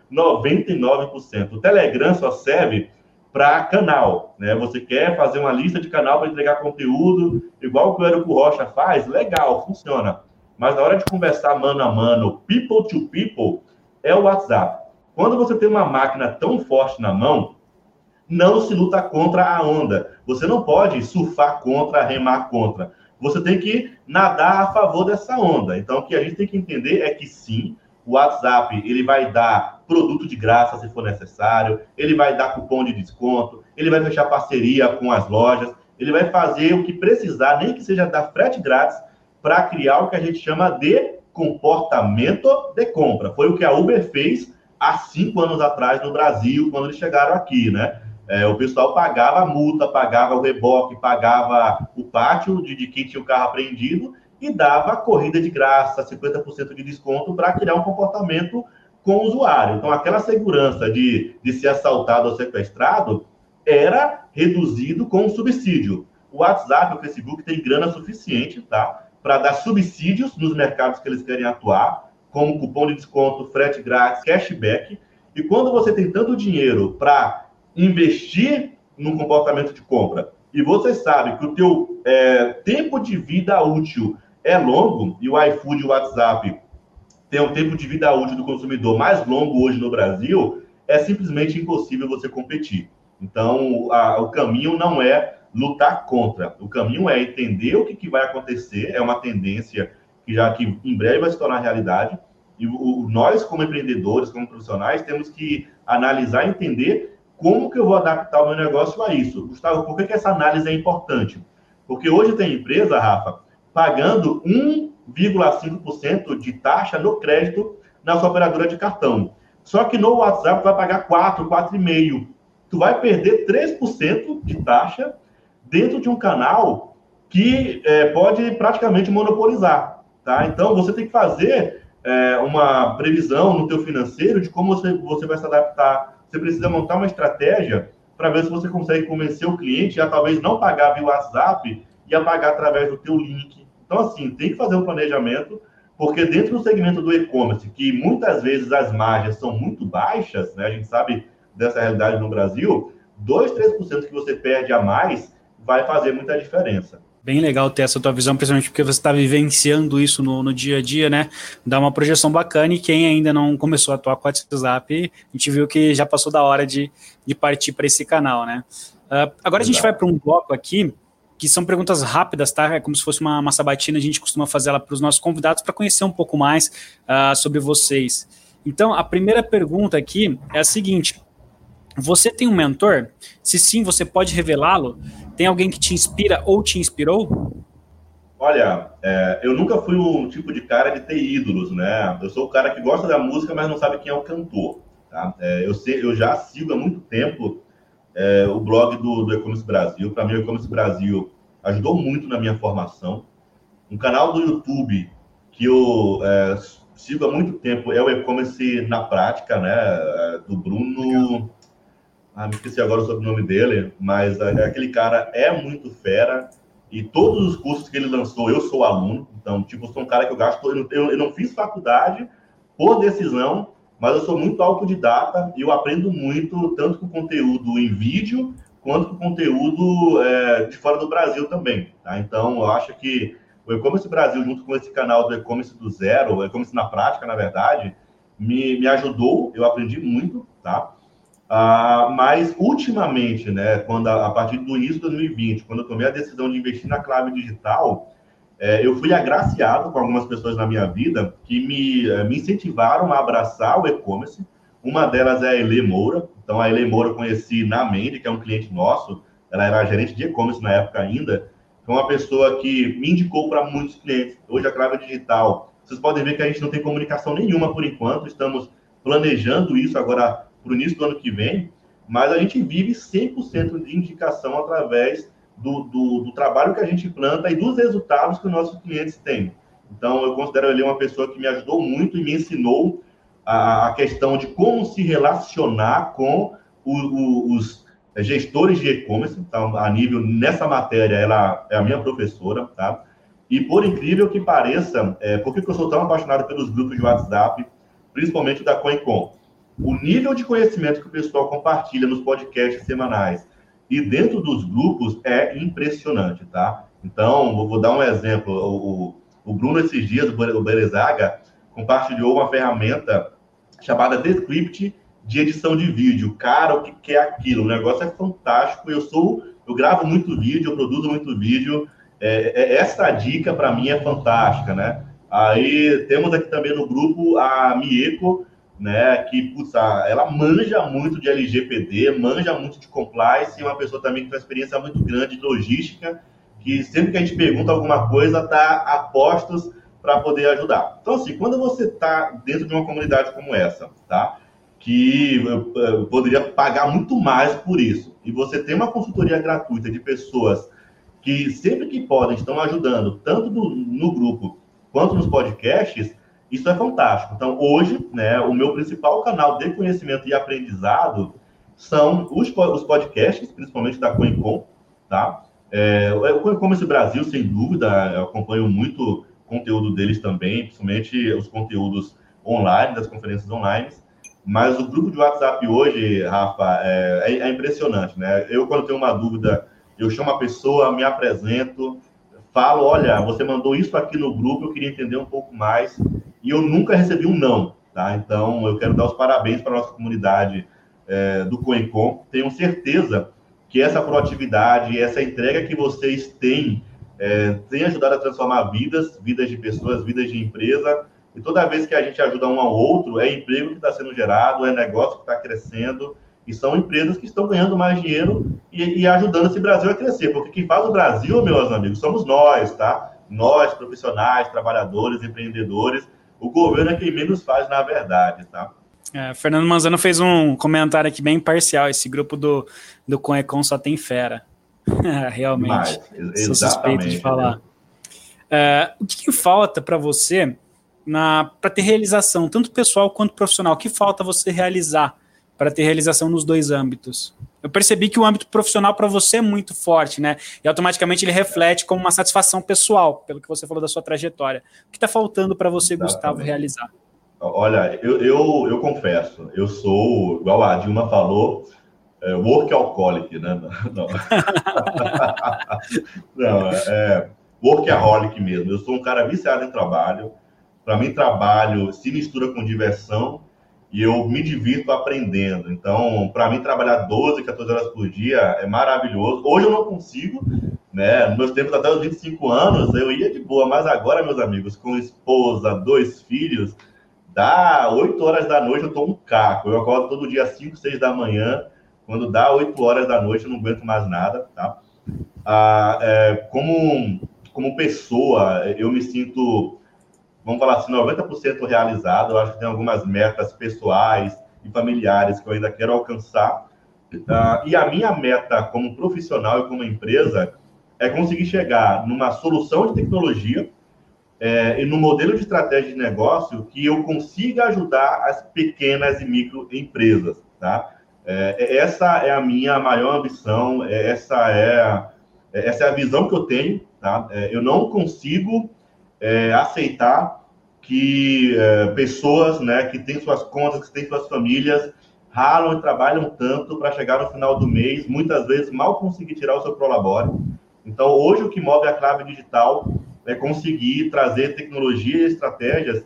99%. O Telegram só serve para canal, né? Você quer fazer uma lista de canal para entregar conteúdo, igual que o Érico Rocha faz? Legal, funciona. Mas na hora de conversar mano a mano, people to people, é o WhatsApp. Quando você tem uma máquina tão forte na mão, não se luta contra a onda. Você não pode surfar contra, remar contra. Você tem que nadar a favor dessa onda. Então, o que a gente tem que entender é que, sim, o WhatsApp ele vai dar produto de graça se for necessário, ele vai dar cupom de desconto, ele vai fechar parceria com as lojas, ele vai fazer o que precisar, nem que seja dar frete grátis, para criar o que a gente chama de comportamento de compra. Foi o que a Uber fez há 5 anos atrás no Brasil, quando eles chegaram aqui, né? O pessoal pagava a multa, pagava o reboque, pagava o pátio de quem tinha o carro apreendido e dava corrida de graça, 50% de desconto para criar um comportamento com o usuário. Então, aquela segurança de ser assaltado ou sequestrado era reduzido com um subsídio. O WhatsApp, o Facebook tem grana suficiente, tá? Para dar subsídios nos mercados que eles querem atuar, como cupom de desconto, frete grátis, cashback. E quando você tem tanto dinheiro para investir no comportamento de compra e você sabe que o teu tempo de vida útil é longo, e o iFood e o WhatsApp tem um tempo de vida útil do consumidor mais longo hoje no Brasil, é simplesmente impossível você competir. Então, o caminho não é lutar contra, o caminho é entender o que vai acontecer, é uma tendência que em breve vai se tornar realidade, e nós, como empreendedores, como profissionais, temos que analisar e entender como que eu vou adaptar o meu negócio a isso. Gustavo, por que essa análise é importante? Porque hoje tem empresa, Rafa, pagando 1,5% de taxa no crédito na sua operadora de cartão. Só que no WhatsApp vai pagar 4,5%. Tu vai perder 3% de taxa dentro de um canal que pode praticamente monopolizar. Tá? Então, você tem que fazer uma previsão no teu financeiro de como você vai se adaptar. Você precisa montar uma estratégia para ver se você consegue convencer o cliente a talvez não pagar via WhatsApp e a pagar através do teu link. Então, assim, tem que fazer um planejamento, porque dentro do segmento do e-commerce, que muitas vezes as margens são muito baixas, né? A gente sabe dessa realidade no Brasil, 2%, 3% que você perde a mais vai fazer muita diferença. Bem legal ter essa tua visão, principalmente porque você está vivenciando isso no dia a dia, né? Dá uma projeção bacana, e quem ainda não começou a atuar com o WhatsApp, a gente viu que já passou da hora de partir para esse canal, né? Agora a gente vai para um bloco aqui, que são perguntas rápidas, tá? É como se fosse uma sabatina, a gente costuma fazer ela para os nossos convidados para conhecer um pouco mais sobre vocês. Então, a primeira pergunta aqui é a seguinte: você tem um mentor? Se sim, você pode revelá-lo? Tem alguém que te inspira ou te inspirou? Olha, eu nunca fui o tipo de cara de ter ídolos, né? Eu sou o cara que gosta da música, mas não sabe quem é o cantor. Tá? Eu já sigo há muito tempo o blog do E-Commerce Brasil. Para mim, o E-Commerce Brasil ajudou muito na minha formação. Um canal do YouTube que eu sigo há muito tempo é o E-Commerce na Prática, né? Do Bruno... me esqueci agora o sobrenome dele, mas aquele cara é muito fera, e todos os cursos que ele lançou, eu sou aluno. Então, tipo, eu sou um cara que eu gasto... Eu não fiz faculdade por decisão, mas eu sou muito autodidata e eu aprendo muito, tanto com conteúdo em vídeo, quanto com conteúdo de fora do Brasil também. Tá? Então, eu acho que o E-Commerce Brasil, junto com esse canal do E-Commerce do Zero, o E-Commerce na Prática, na verdade, me ajudou, eu aprendi muito, tá? Mas, ultimamente, né, a partir do início de 2020, quando eu tomei a decisão de investir na clave digital, eu fui agraciado com algumas pessoas na minha vida que me incentivaram a abraçar o e-commerce. Uma delas é a Elê Moura. Então, a Elê Moura eu conheci na Mende, que é um cliente nosso. Ela era gerente de e-commerce na época ainda. Foi uma pessoa que me indicou para muitos clientes. Hoje, a clave digital, vocês podem ver que a gente não tem comunicação nenhuma por enquanto. Estamos planejando isso agora para o início do ano que vem. Mas a gente vive 100% de indicação através do trabalho que a gente planta e dos resultados que os nossos clientes têm. Então, eu considero ele uma pessoa que me ajudou muito e me ensinou a questão de como se relacionar com os gestores de e-commerce. Então, a nível, nessa matéria, ela é a minha professora, tá? E, por incrível que pareça, por que eu sou tão apaixonado pelos grupos de WhatsApp, principalmente da CoinCon? O nível de conhecimento que o pessoal compartilha nos podcasts semanais e dentro dos grupos é impressionante, tá? Então, vou dar um exemplo. O Bruno, esses dias, o Berezaga, compartilhou uma ferramenta chamada Descript de edição de vídeo. Cara, o que é aquilo? O negócio é fantástico. Eu gravo muito vídeo, eu produzo muito vídeo. Essa dica, para mim, é fantástica, né? Aí, temos aqui também no grupo a Mieko, né, que, putz, ela manja muito de LGPD, manja muito de compliance, e uma pessoa também que tem uma experiência muito grande de logística, que sempre que a gente pergunta alguma coisa, está a postos para poder ajudar. Então, assim, quando você está dentro de uma comunidade como essa, tá, que eu poderia pagar muito mais por isso, e você tem uma consultoria gratuita de pessoas que sempre que podem estão ajudando, tanto no grupo quanto nos podcasts, isso é fantástico. Então, hoje, né, o meu principal canal de conhecimento e aprendizado são os podcasts, principalmente da CoinCon, tá? O CoinCommerce Brasil, sem dúvida, eu acompanho muito conteúdo deles também, principalmente os conteúdos online, das conferências online. Mas o grupo de WhatsApp hoje, Rafa, é impressionante, né? Eu, quando tenho uma dúvida, eu chamo a pessoa, me apresento, falo, olha, você mandou isso aqui no grupo, eu queria entender um pouco mais, e eu nunca recebi um não, tá? Então, eu quero dar os parabéns para a nossa comunidade do CoinCon. Tenho certeza que essa proatividade, essa entrega que vocês têm, tem ajudado a transformar vidas de pessoas, vidas de empresa, e toda vez que a gente ajuda um ao outro, é emprego que está sendo gerado, é negócio que está crescendo, e são empresas que estão ganhando mais dinheiro e ajudando esse Brasil a crescer. Porque quem faz o Brasil, meus amigos, somos nós, tá? Nós, profissionais, trabalhadores, empreendedores. O governo é quem menos faz, na verdade, tá? Fernando Manzano fez um comentário aqui bem imparcial. Esse grupo do CoinCon só tem fera. Realmente. Sou suspeito de falar. O que falta para você para ter realização, tanto pessoal quanto profissional? O que falta você realizar para ter realização nos dois âmbitos? Eu percebi que o âmbito profissional para você é muito forte, né? E automaticamente ele reflete como uma satisfação pessoal, pelo que você falou da sua trajetória. O que está faltando para você, Gustavo, realizar? Olha, eu confesso, eu sou, igual a Dilma falou, workaholic, né? Não, workaholic mesmo. Eu sou um cara viciado em trabalho. Para mim, trabalho se mistura com diversão e eu me divirto aprendendo. Então, para mim, trabalhar 12, 14 horas por dia é maravilhoso. Hoje eu não consigo, né? Nos meus tempos, até os 25 anos, eu ia de boa. Mas agora, meus amigos, com esposa, 2 filhos, dá 8 horas da noite, eu tô um caco. Eu acordo todo dia às 5, 6 da manhã. Quando dá 8 horas da noite, eu não aguento mais nada, tá? Como pessoa, eu me sinto, vamos falar assim, 90% realizado. Eu acho que tem algumas metas pessoais e familiares que eu ainda quero alcançar. E a minha meta como profissional e como empresa é conseguir chegar numa solução de tecnologia e no modelo de estratégia de negócio que eu consiga ajudar as pequenas e microempresas, tá? Essa é a minha maior ambição, essa é a visão que eu tenho, tá? Eu não consigo aceitar que pessoas, né, que têm suas contas, que têm suas famílias, ralam e trabalham tanto para chegar no final do mês, muitas vezes mal conseguir tirar o seu prolabore. Então, hoje, o que move a clave digital é conseguir trazer tecnologia e estratégias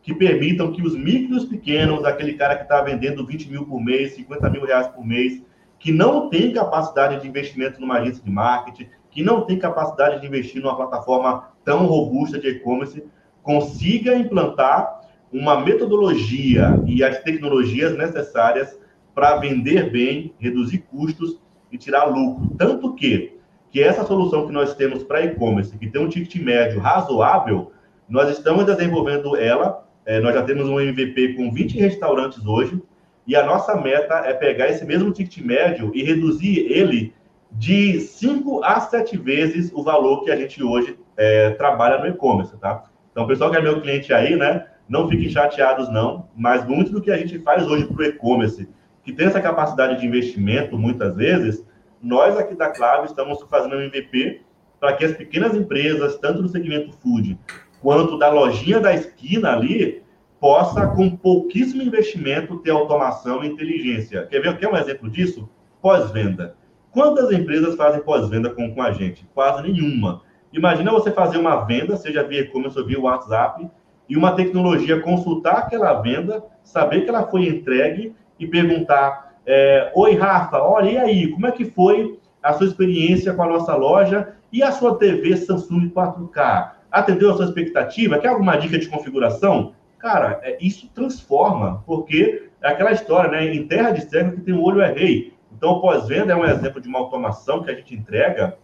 que permitam que os micros pequenos, aquele cara que está vendendo 20 mil por mês, 50 mil reais por mês, que não tem capacidade de investimento numa agência de marketing, que não tem capacidade de investir numa plataforma tão robusta de e-commerce, consiga implantar uma metodologia e as tecnologias necessárias para vender bem, reduzir custos e tirar lucro. Tanto que essa solução que nós temos para e-commerce, que tem um ticket médio razoável, nós estamos desenvolvendo ela, nós já temos um MVP com 20 restaurantes hoje, e a nossa meta é pegar esse mesmo ticket médio e reduzir ele de 5 a 7 vezes o valor que a gente hoje trabalha no e-commerce, tá? Então, o pessoal que é meu cliente aí, né, não fiquem chateados não, mas muito do que a gente faz hoje para o e-commerce, que tem essa capacidade de investimento, muitas vezes, nós aqui da Clave estamos fazendo um MVP para que as pequenas empresas, tanto do segmento food, quanto da lojinha da esquina ali, possa, com pouquíssimo investimento, ter automação e inteligência. Quer ver? Quer um exemplo disso? Pós-venda. Quantas empresas fazem pós-venda com a gente? Quase nenhuma. Imagina você fazer uma venda, seja via e-commerce ou via WhatsApp, e uma tecnologia consultar aquela venda, saber que ela foi entregue e perguntar, oi, Rafa, olha, e aí, como é que foi a sua experiência com a nossa loja e a sua TV Samsung 4K? Atendeu a sua expectativa? Quer alguma dica de configuração? Cara, isso transforma, porque é aquela história, né? Em terra de cego que tem o olho é rei. Então, o pós-venda é um exemplo de uma automação que a gente entrega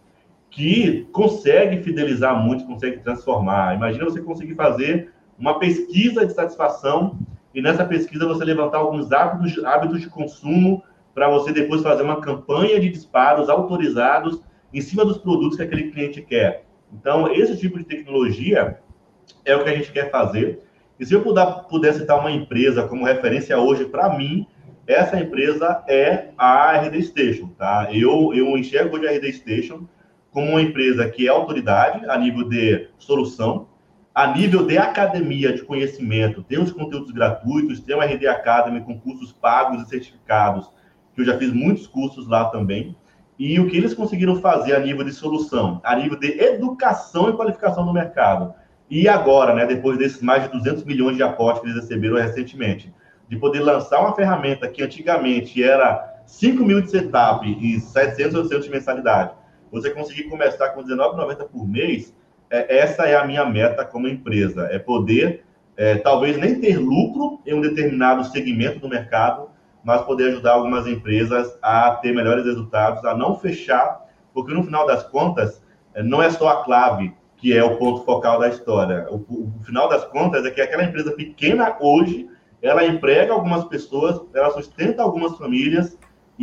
que consegue fidelizar muito, consegue transformar. Imagina você conseguir fazer uma pesquisa de satisfação e nessa pesquisa você levantar alguns hábitos de consumo para você depois fazer uma campanha de disparos autorizados em cima dos produtos que aquele cliente quer. Então, esse tipo de tecnologia é o que a gente quer fazer. E se eu puder citar uma empresa como referência hoje, para mim, essa empresa é a RD Station, tá? Eu enxergo hoje a RD Station como uma empresa que é autoridade a nível de solução, a nível de academia de conhecimento, tem os conteúdos gratuitos, tem o RD Academy com cursos pagos e certificados, que eu já fiz muitos cursos lá também, e o que eles conseguiram fazer a nível de solução, a nível de educação e qualificação no mercado, e agora, né, depois desses mais de 200 milhões de aportes que eles receberam recentemente, de poder lançar uma ferramenta que antigamente era 5 mil de setup e 700 ou 800 de mensalidade, você conseguir começar com R$19,90 por mês, essa é a minha meta como empresa, é poder, talvez nem ter lucro em um determinado segmento do mercado, mas poder ajudar algumas empresas a ter melhores resultados, a não fechar, porque no final das contas, não é só a Clave que é o ponto focal da história. O final das contas é que aquela empresa pequena hoje, ela emprega algumas pessoas, ela sustenta algumas famílias,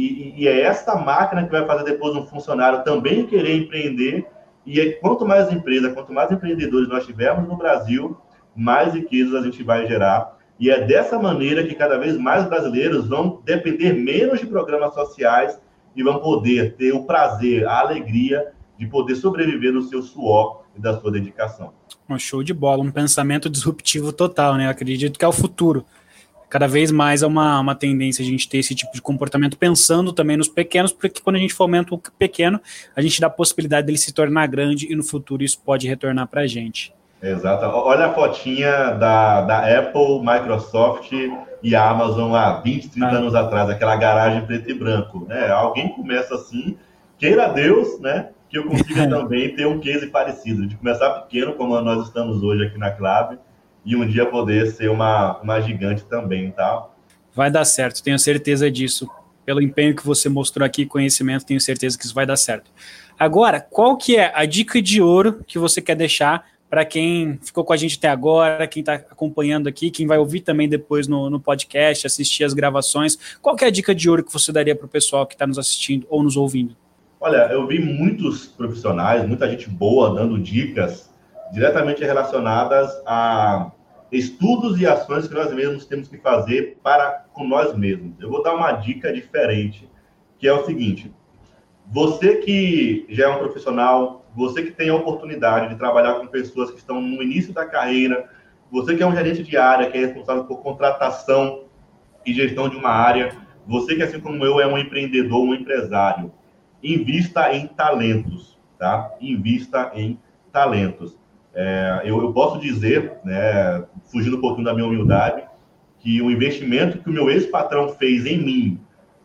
e é essa máquina que vai fazer depois um funcionário também querer empreender, e quanto mais empresa, quanto mais empreendedores nós tivermos no Brasil, mais riquezas a gente vai gerar. E é dessa maneira que cada vez mais brasileiros vão depender menos de programas sociais e vão poder ter o prazer, a alegria de poder sobreviver do seu suor e da sua dedicação. Um show de bola, um pensamento disruptivo total, né? Eu acredito que é o futuro. Cada vez mais é uma tendência a gente ter esse tipo de comportamento, pensando também nos pequenos, porque quando a gente fomenta o pequeno, a gente dá a possibilidade dele se tornar grande e no futuro isso pode retornar para a gente. Exato. Olha a fotinha da Apple, Microsoft e a Amazon há 20, 30 anos atrás, aquela garagem preto e branco, né? Alguém começa assim, queira Deus, né, que eu consiga também ter um case parecido, de começar pequeno, como nós estamos hoje aqui na Clave, e um dia poder ser uma gigante também, tá? Vai dar certo, tenho certeza disso. Pelo empenho que você mostrou aqui, conhecimento, tenho certeza que isso vai dar certo. Agora, qual que é a dica de ouro que você quer deixar para quem ficou com a gente até agora, quem está acompanhando aqui, quem vai ouvir também depois no podcast, assistir as gravações? Qual que é a dica de ouro que você daria para o pessoal que está nos assistindo ou nos ouvindo? Olha, eu vi muitos profissionais, muita gente boa dando dicas diretamente relacionadas a estudos e ações que nós mesmos temos que fazer com nós mesmos. Eu vou dar uma dica diferente, que é o seguinte: você que já é um profissional, você que tem a oportunidade de trabalhar com pessoas que estão no início da carreira, você que é um gerente de área, que é responsável por contratação e gestão de uma área, você que, assim como eu, é um empreendedor, um empresário, invista em talentos, tá? Invista em talentos. Eu posso dizer, né, fugindo um pouquinho da minha humildade, que o investimento que o meu ex-patrão fez em mim,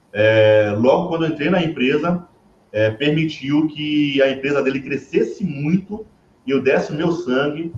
logo quando eu entrei na empresa, permitiu que a empresa dele crescesse muito e eu desse o meu sangue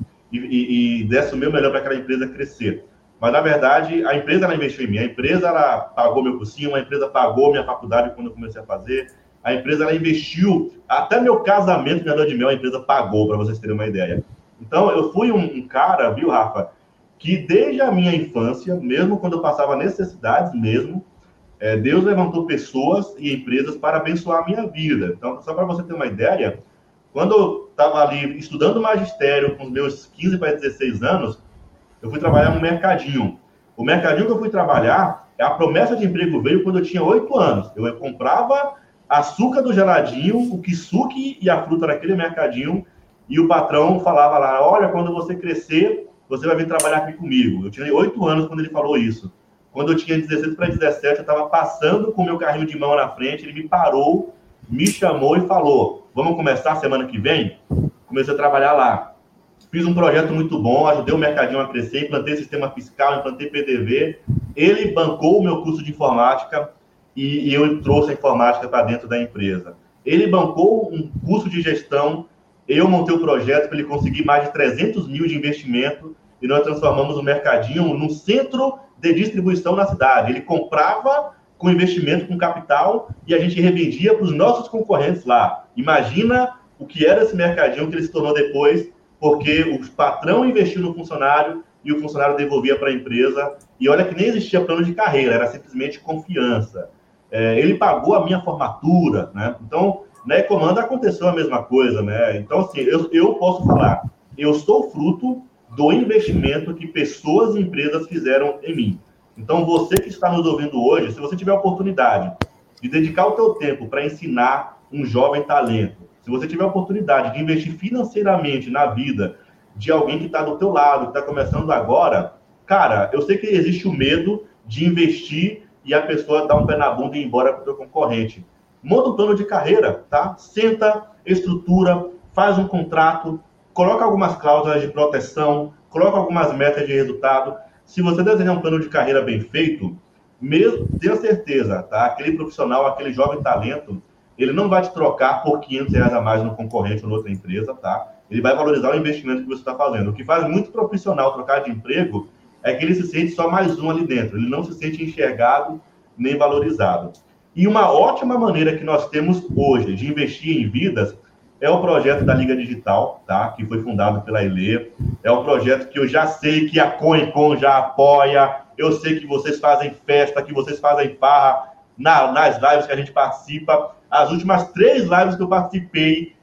e desse o meu melhor para aquela empresa crescer. Mas, na verdade, a empresa ela investiu em mim. A empresa ela pagou meu cursinho, a empresa pagou minha faculdade quando eu comecei a fazer. A empresa ela investiu, até meu casamento, minha lua de mel, a empresa pagou, para vocês terem uma ideia. Então, eu fui um cara, viu, Rafa, que desde a minha infância, mesmo quando eu passava necessidades mesmo, Deus levantou pessoas e empresas para abençoar a minha vida. Então, só para você ter uma ideia, quando eu estava ali estudando magistério com os meus 15 para 16 anos, eu fui trabalhar no mercadinho. O mercadinho que eu fui trabalhar, a promessa de emprego veio quando eu tinha 8 anos. Eu comprava açúcar do geladinho, o kisuke e a fruta daquele mercadinho, e o patrão falava lá, olha, quando você crescer, você vai vir trabalhar aqui comigo. Eu tinha 8 anos quando ele falou isso. Quando eu tinha 16 para 17, eu estava passando com o meu carrinho de mão na frente, ele me parou, me chamou e falou, vamos começar semana que vem? Comecei a trabalhar lá. Fiz um projeto muito bom, ajudei o mercadinho a crescer, implantei sistema fiscal, implantei PDV. Ele bancou o meu curso de informática e eu trouxe a informática para dentro da empresa. Ele bancou um curso de gestão, eu montei o projeto para ele conseguir mais de 300 mil de investimento e nós transformamos o mercadinho num centro de distribuição na cidade. Ele comprava com investimento, com capital, e a gente revendia para os nossos concorrentes lá. Imagina o que era esse mercadinho que ele se tornou depois, porque o patrão investiu no funcionário e o funcionário devolvia para a empresa. E olha que nem existia plano de carreira, era simplesmente confiança. Ele pagou a minha formatura, né? Então, na Ecomanda aconteceu a mesma coisa, né? Então, assim, eu posso falar, eu sou fruto do investimento que pessoas e empresas fizeram em mim. Então, você que está nos ouvindo hoje, se você tiver a oportunidade de dedicar o teu tempo para ensinar um jovem talento, se você tiver a oportunidade de investir financeiramente na vida de alguém que está do teu lado, que está começando agora, cara, eu sei que existe o medo de investir e a pessoa dar um pé na bunda e ir embora para o teu concorrente. Monta um plano de carreira, tá? Senta, estrutura, faz um contrato, coloca algumas cláusulas de proteção, coloca algumas metas de resultado. Se você desenhar um plano de carreira bem feito, mesmo, tenha certeza, tá? Aquele profissional, aquele jovem talento, ele não vai te trocar por R$500 a mais no concorrente ou em outra empresa, tá? Ele vai valorizar o investimento que você está fazendo. O que faz muito profissional trocar de emprego é que ele se sente só mais um ali dentro. Ele não se sente enxergado nem valorizado. E uma ótima maneira que nós temos hoje de investir em vidas é o projeto da Liga Digital, tá? Que foi fundado pela Elê. É um projeto que eu já sei que a Coencom já apoia. Eu sei que vocês fazem festa, que vocês fazem farra nas lives que a gente participa. As últimas 3 lives que eu participei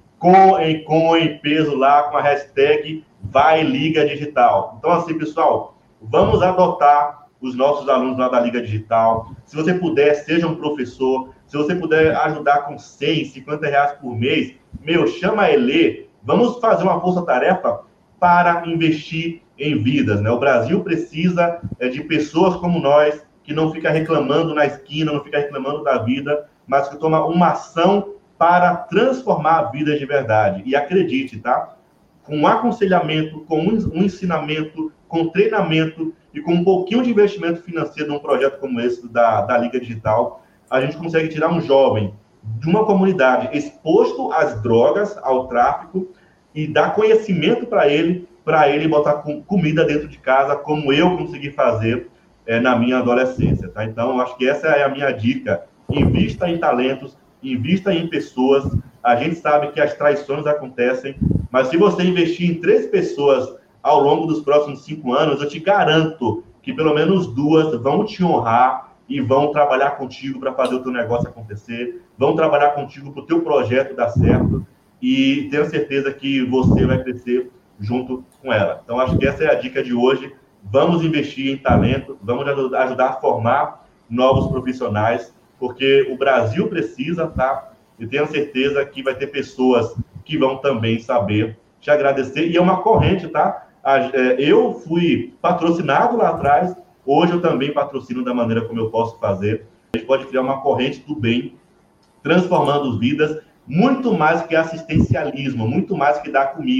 em peso lá, com a hashtag Vai Liga Digital. Então, assim, pessoal, vamos adotar os nossos alunos lá da Liga Digital. Se você puder, seja um professor. Se você puder ajudar com 100, 50 reais por mês, chama a Elê. Vamos fazer uma força-tarefa para investir em vidas, né? O Brasil precisa de pessoas como nós, que não fica reclamando na esquina, não fica reclamando da vida, mas que toma uma ação para transformar vidas de verdade. E acredite, tá? Com um aconselhamento, com um ensinamento, com treinamento e com um pouquinho de investimento financeiro num projeto como esse da Liga Digital, a gente consegue tirar um jovem de uma comunidade exposto às drogas, ao tráfico, e dar conhecimento para ele botar comida dentro de casa, como eu consegui fazer na minha adolescência, tá? Então, eu acho que essa é a minha dica. Invista em talentos, invista em pessoas. A gente sabe que as traições acontecem, mas se você investir em 3 pessoas ao longo dos próximos 5 anos, eu te garanto que pelo menos 2 vão te honrar e vão trabalhar contigo para fazer o teu negócio acontecer, vão trabalhar contigo para o teu projeto dar certo, e tenho certeza que você vai crescer junto com ela. Então, acho que essa é a dica de hoje. Vamos investir em talento, vamos ajudar a formar novos profissionais, porque o Brasil precisa, tá? E tenho certeza que vai ter pessoas que vão também saber te agradecer. E é uma corrente, tá? Eu fui patrocinado lá atrás, hoje eu também patrocino da maneira como eu posso fazer. A gente pode criar uma corrente do bem, transformando vidas, muito mais que assistencialismo, muito mais que dar comida.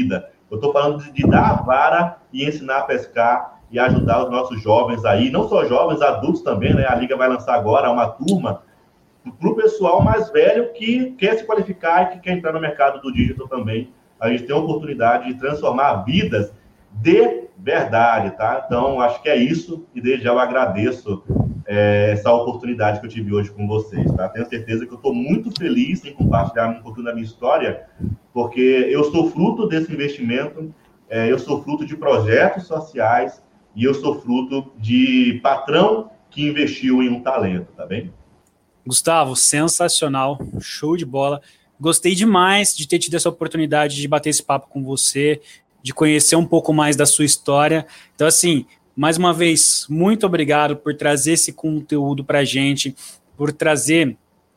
Eu estou falando de dar a vara e ensinar a pescar e ajudar os nossos jovens aí, não só jovens, adultos também, né? A Liga vai lançar agora uma turma para o pessoal mais velho que quer se qualificar e que quer entrar no mercado do digital também. A gente tem a oportunidade de transformar vidas de verdade, tá? Então, acho que é isso, e desde já eu agradeço essa oportunidade que eu tive hoje com vocês, tá? Tenho certeza que eu estou muito feliz em compartilhar um pouquinho da minha história, porque eu sou fruto desse investimento, eu sou fruto de projetos sociais e eu sou fruto de patrão que investiu em um talento, tá bem? Gustavo, sensacional, show de bola. Gostei demais de ter tido essa oportunidade de bater esse papo com você, de conhecer um pouco mais da sua história. Então, assim, mais uma vez, muito obrigado por trazer esse conteúdo para a gente, por trazer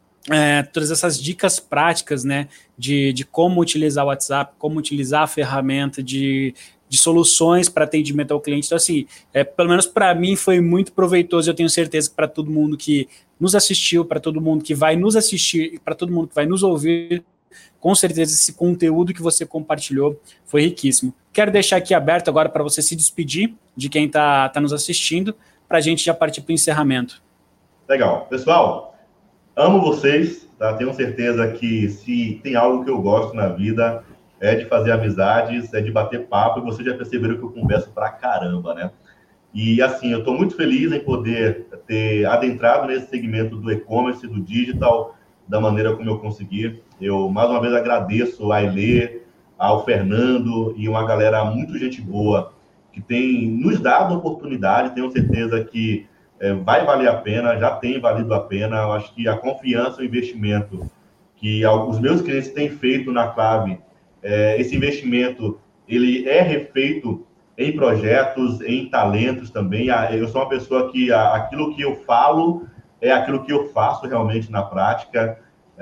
todas essas dicas práticas, né, de como utilizar o WhatsApp, como utilizar a ferramenta de soluções para atendimento ao cliente. Então, assim, pelo menos para mim foi muito proveitoso. Eu tenho certeza que para todo mundo que nos assistiu, para todo mundo que vai nos assistir, para todo mundo que vai nos ouvir, com certeza esse conteúdo que você compartilhou foi riquíssimo. Quero deixar aqui aberto agora para você se despedir de quem está nos assistindo, para a gente já partir para o encerramento. Legal. Pessoal, amo vocês, tá? Tenho certeza que se tem algo que eu gosto na vida é de fazer amizades, é de bater papo, e vocês já perceberam que eu converso pra caramba, né? E assim, eu estou muito feliz em poder ter adentrado nesse segmento do e-commerce, do digital, da maneira como eu consegui. Eu, mais uma vez, agradeço a Elê, ao Fernando e uma galera muito gente boa que tem nos dado oportunidade. Tenho certeza que vai valer a pena, já tem valido a pena. Eu acho que a confiança, o investimento que os meus clientes têm feito na Clave, esse investimento, ele é refeito em projetos, em talentos também. Eu sou uma pessoa que aquilo que eu falo é aquilo que eu faço realmente na prática.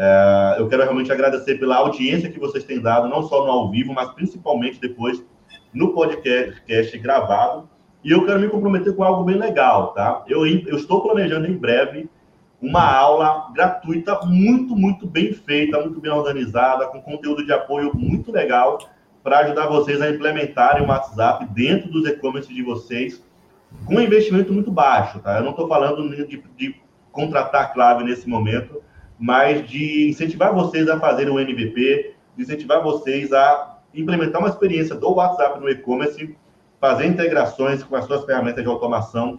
Eu quero realmente agradecer pela audiência que vocês têm dado, não só no ao vivo, mas principalmente depois no podcast gravado. E eu quero me comprometer com algo bem legal, tá? Eu estou planejando em breve uma aula gratuita muito, muito bem feita, muito bem organizada, com conteúdo de apoio muito legal, para ajudar vocês a implementarem o WhatsApp dentro dos e-commerce de vocês, com um investimento muito baixo, tá? Eu não estou falando de contratar a Clave nesse momento, mas de incentivar vocês a fazerem um MVP, de incentivar vocês a implementar uma experiência do WhatsApp no e-commerce, fazer integrações com as suas ferramentas de automação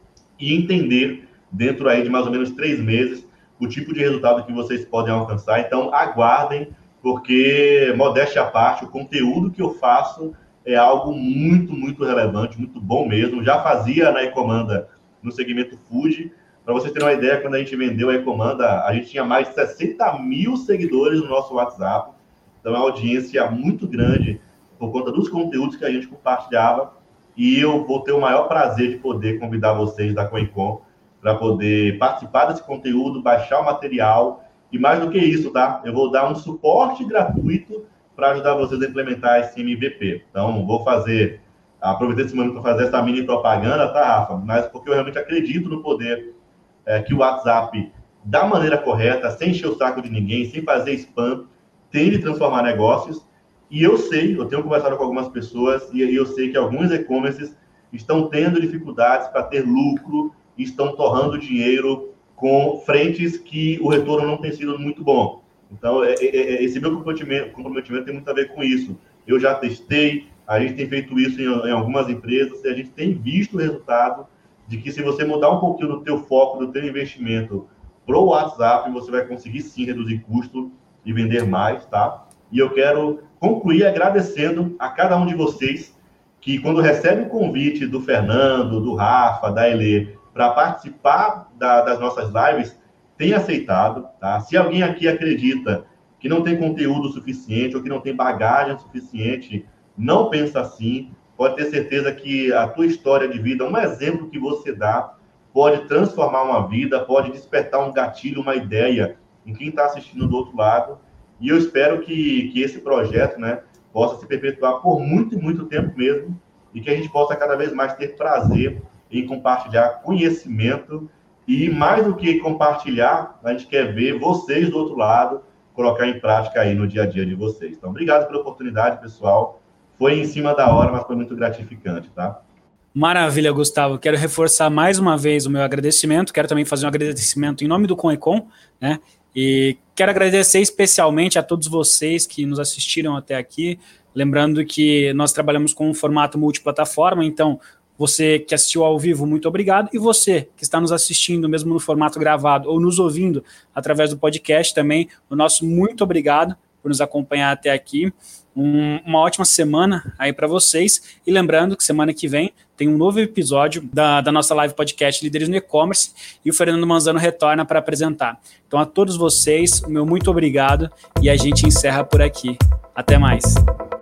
e entender, dentro aí de mais ou menos 3 meses, o tipo de resultado que vocês podem alcançar. Então, aguardem, porque, modéstia à parte, o conteúdo que eu faço é algo muito, muito relevante, muito bom mesmo. Já fazia na Ecomanda, no segmento food. Para vocês terem uma ideia, quando a gente vendeu a Ecomanda, a gente tinha mais de 60 mil seguidores no nosso WhatsApp. Então, é uma audiência muito grande por conta dos conteúdos que a gente compartilhava. E eu vou ter o maior prazer de poder convidar vocês da Coencom para poder participar desse conteúdo, baixar o material. E mais do que isso, tá? Eu vou dar um suporte gratuito para ajudar vocês a implementar esse MVP. Então, vou aproveitar esse momento para fazer essa mini propaganda, tá, Rafa? Mas porque eu realmente acredito no poder que o WhatsApp, da maneira correta, sem encher o saco de ninguém, sem fazer spam, tem de transformar negócios. E eu tenho conversado com algumas pessoas, e eu sei que alguns e-commerces estão tendo dificuldades para ter lucro, e estão torrando dinheiro com frentes que o retorno não tem sido muito bom. Então, esse meu comprometimento tem muito a ver com isso. Eu já testei, a gente tem feito isso em algumas empresas, e a gente tem visto o resultado de que se você mudar um pouquinho do teu foco, do teu investimento para o WhatsApp, você vai conseguir sim reduzir custo e vender mais, tá? E eu quero concluir agradecendo a cada um de vocês que, quando recebe o convite do Fernando, do Rafa, da Elê, para participar das nossas lives, tem aceitado, tá? Se alguém aqui acredita que não tem conteúdo suficiente ou que não tem bagagem suficiente, não pensa assim. Pode ter certeza que a tua história de vida, um exemplo que você dá, pode transformar uma vida, pode despertar um gatilho, uma ideia em quem está assistindo do outro lado. E eu espero que esse projeto, né, possa se perpetuar por muito e muito tempo mesmo, e que a gente possa cada vez mais ter prazer em compartilhar conhecimento, e mais do que compartilhar, a gente quer ver vocês do outro lado colocar em prática aí no dia a dia de vocês. Então, obrigado pela oportunidade, pessoal. foi em cima da hora, mas foi muito gratificante, tá? Maravilha, Gustavo. Quero reforçar mais uma vez o meu agradecimento. Quero também fazer um agradecimento em nome do Com&Com, né? E quero agradecer especialmente a todos vocês que nos assistiram até aqui. Lembrando que nós trabalhamos com um formato multiplataforma, então você que assistiu ao vivo, muito obrigado. E você que está nos assistindo, mesmo no formato gravado, ou nos ouvindo através do podcast também, o nosso muito obrigado por nos acompanhar até aqui. Uma ótima semana aí para vocês. E lembrando que semana que vem tem um novo episódio da nossa live podcast Líderes no E-Commerce e o Fernando Manzano retorna para apresentar. Então, a todos vocês, o meu muito obrigado e a gente encerra por aqui. Até mais.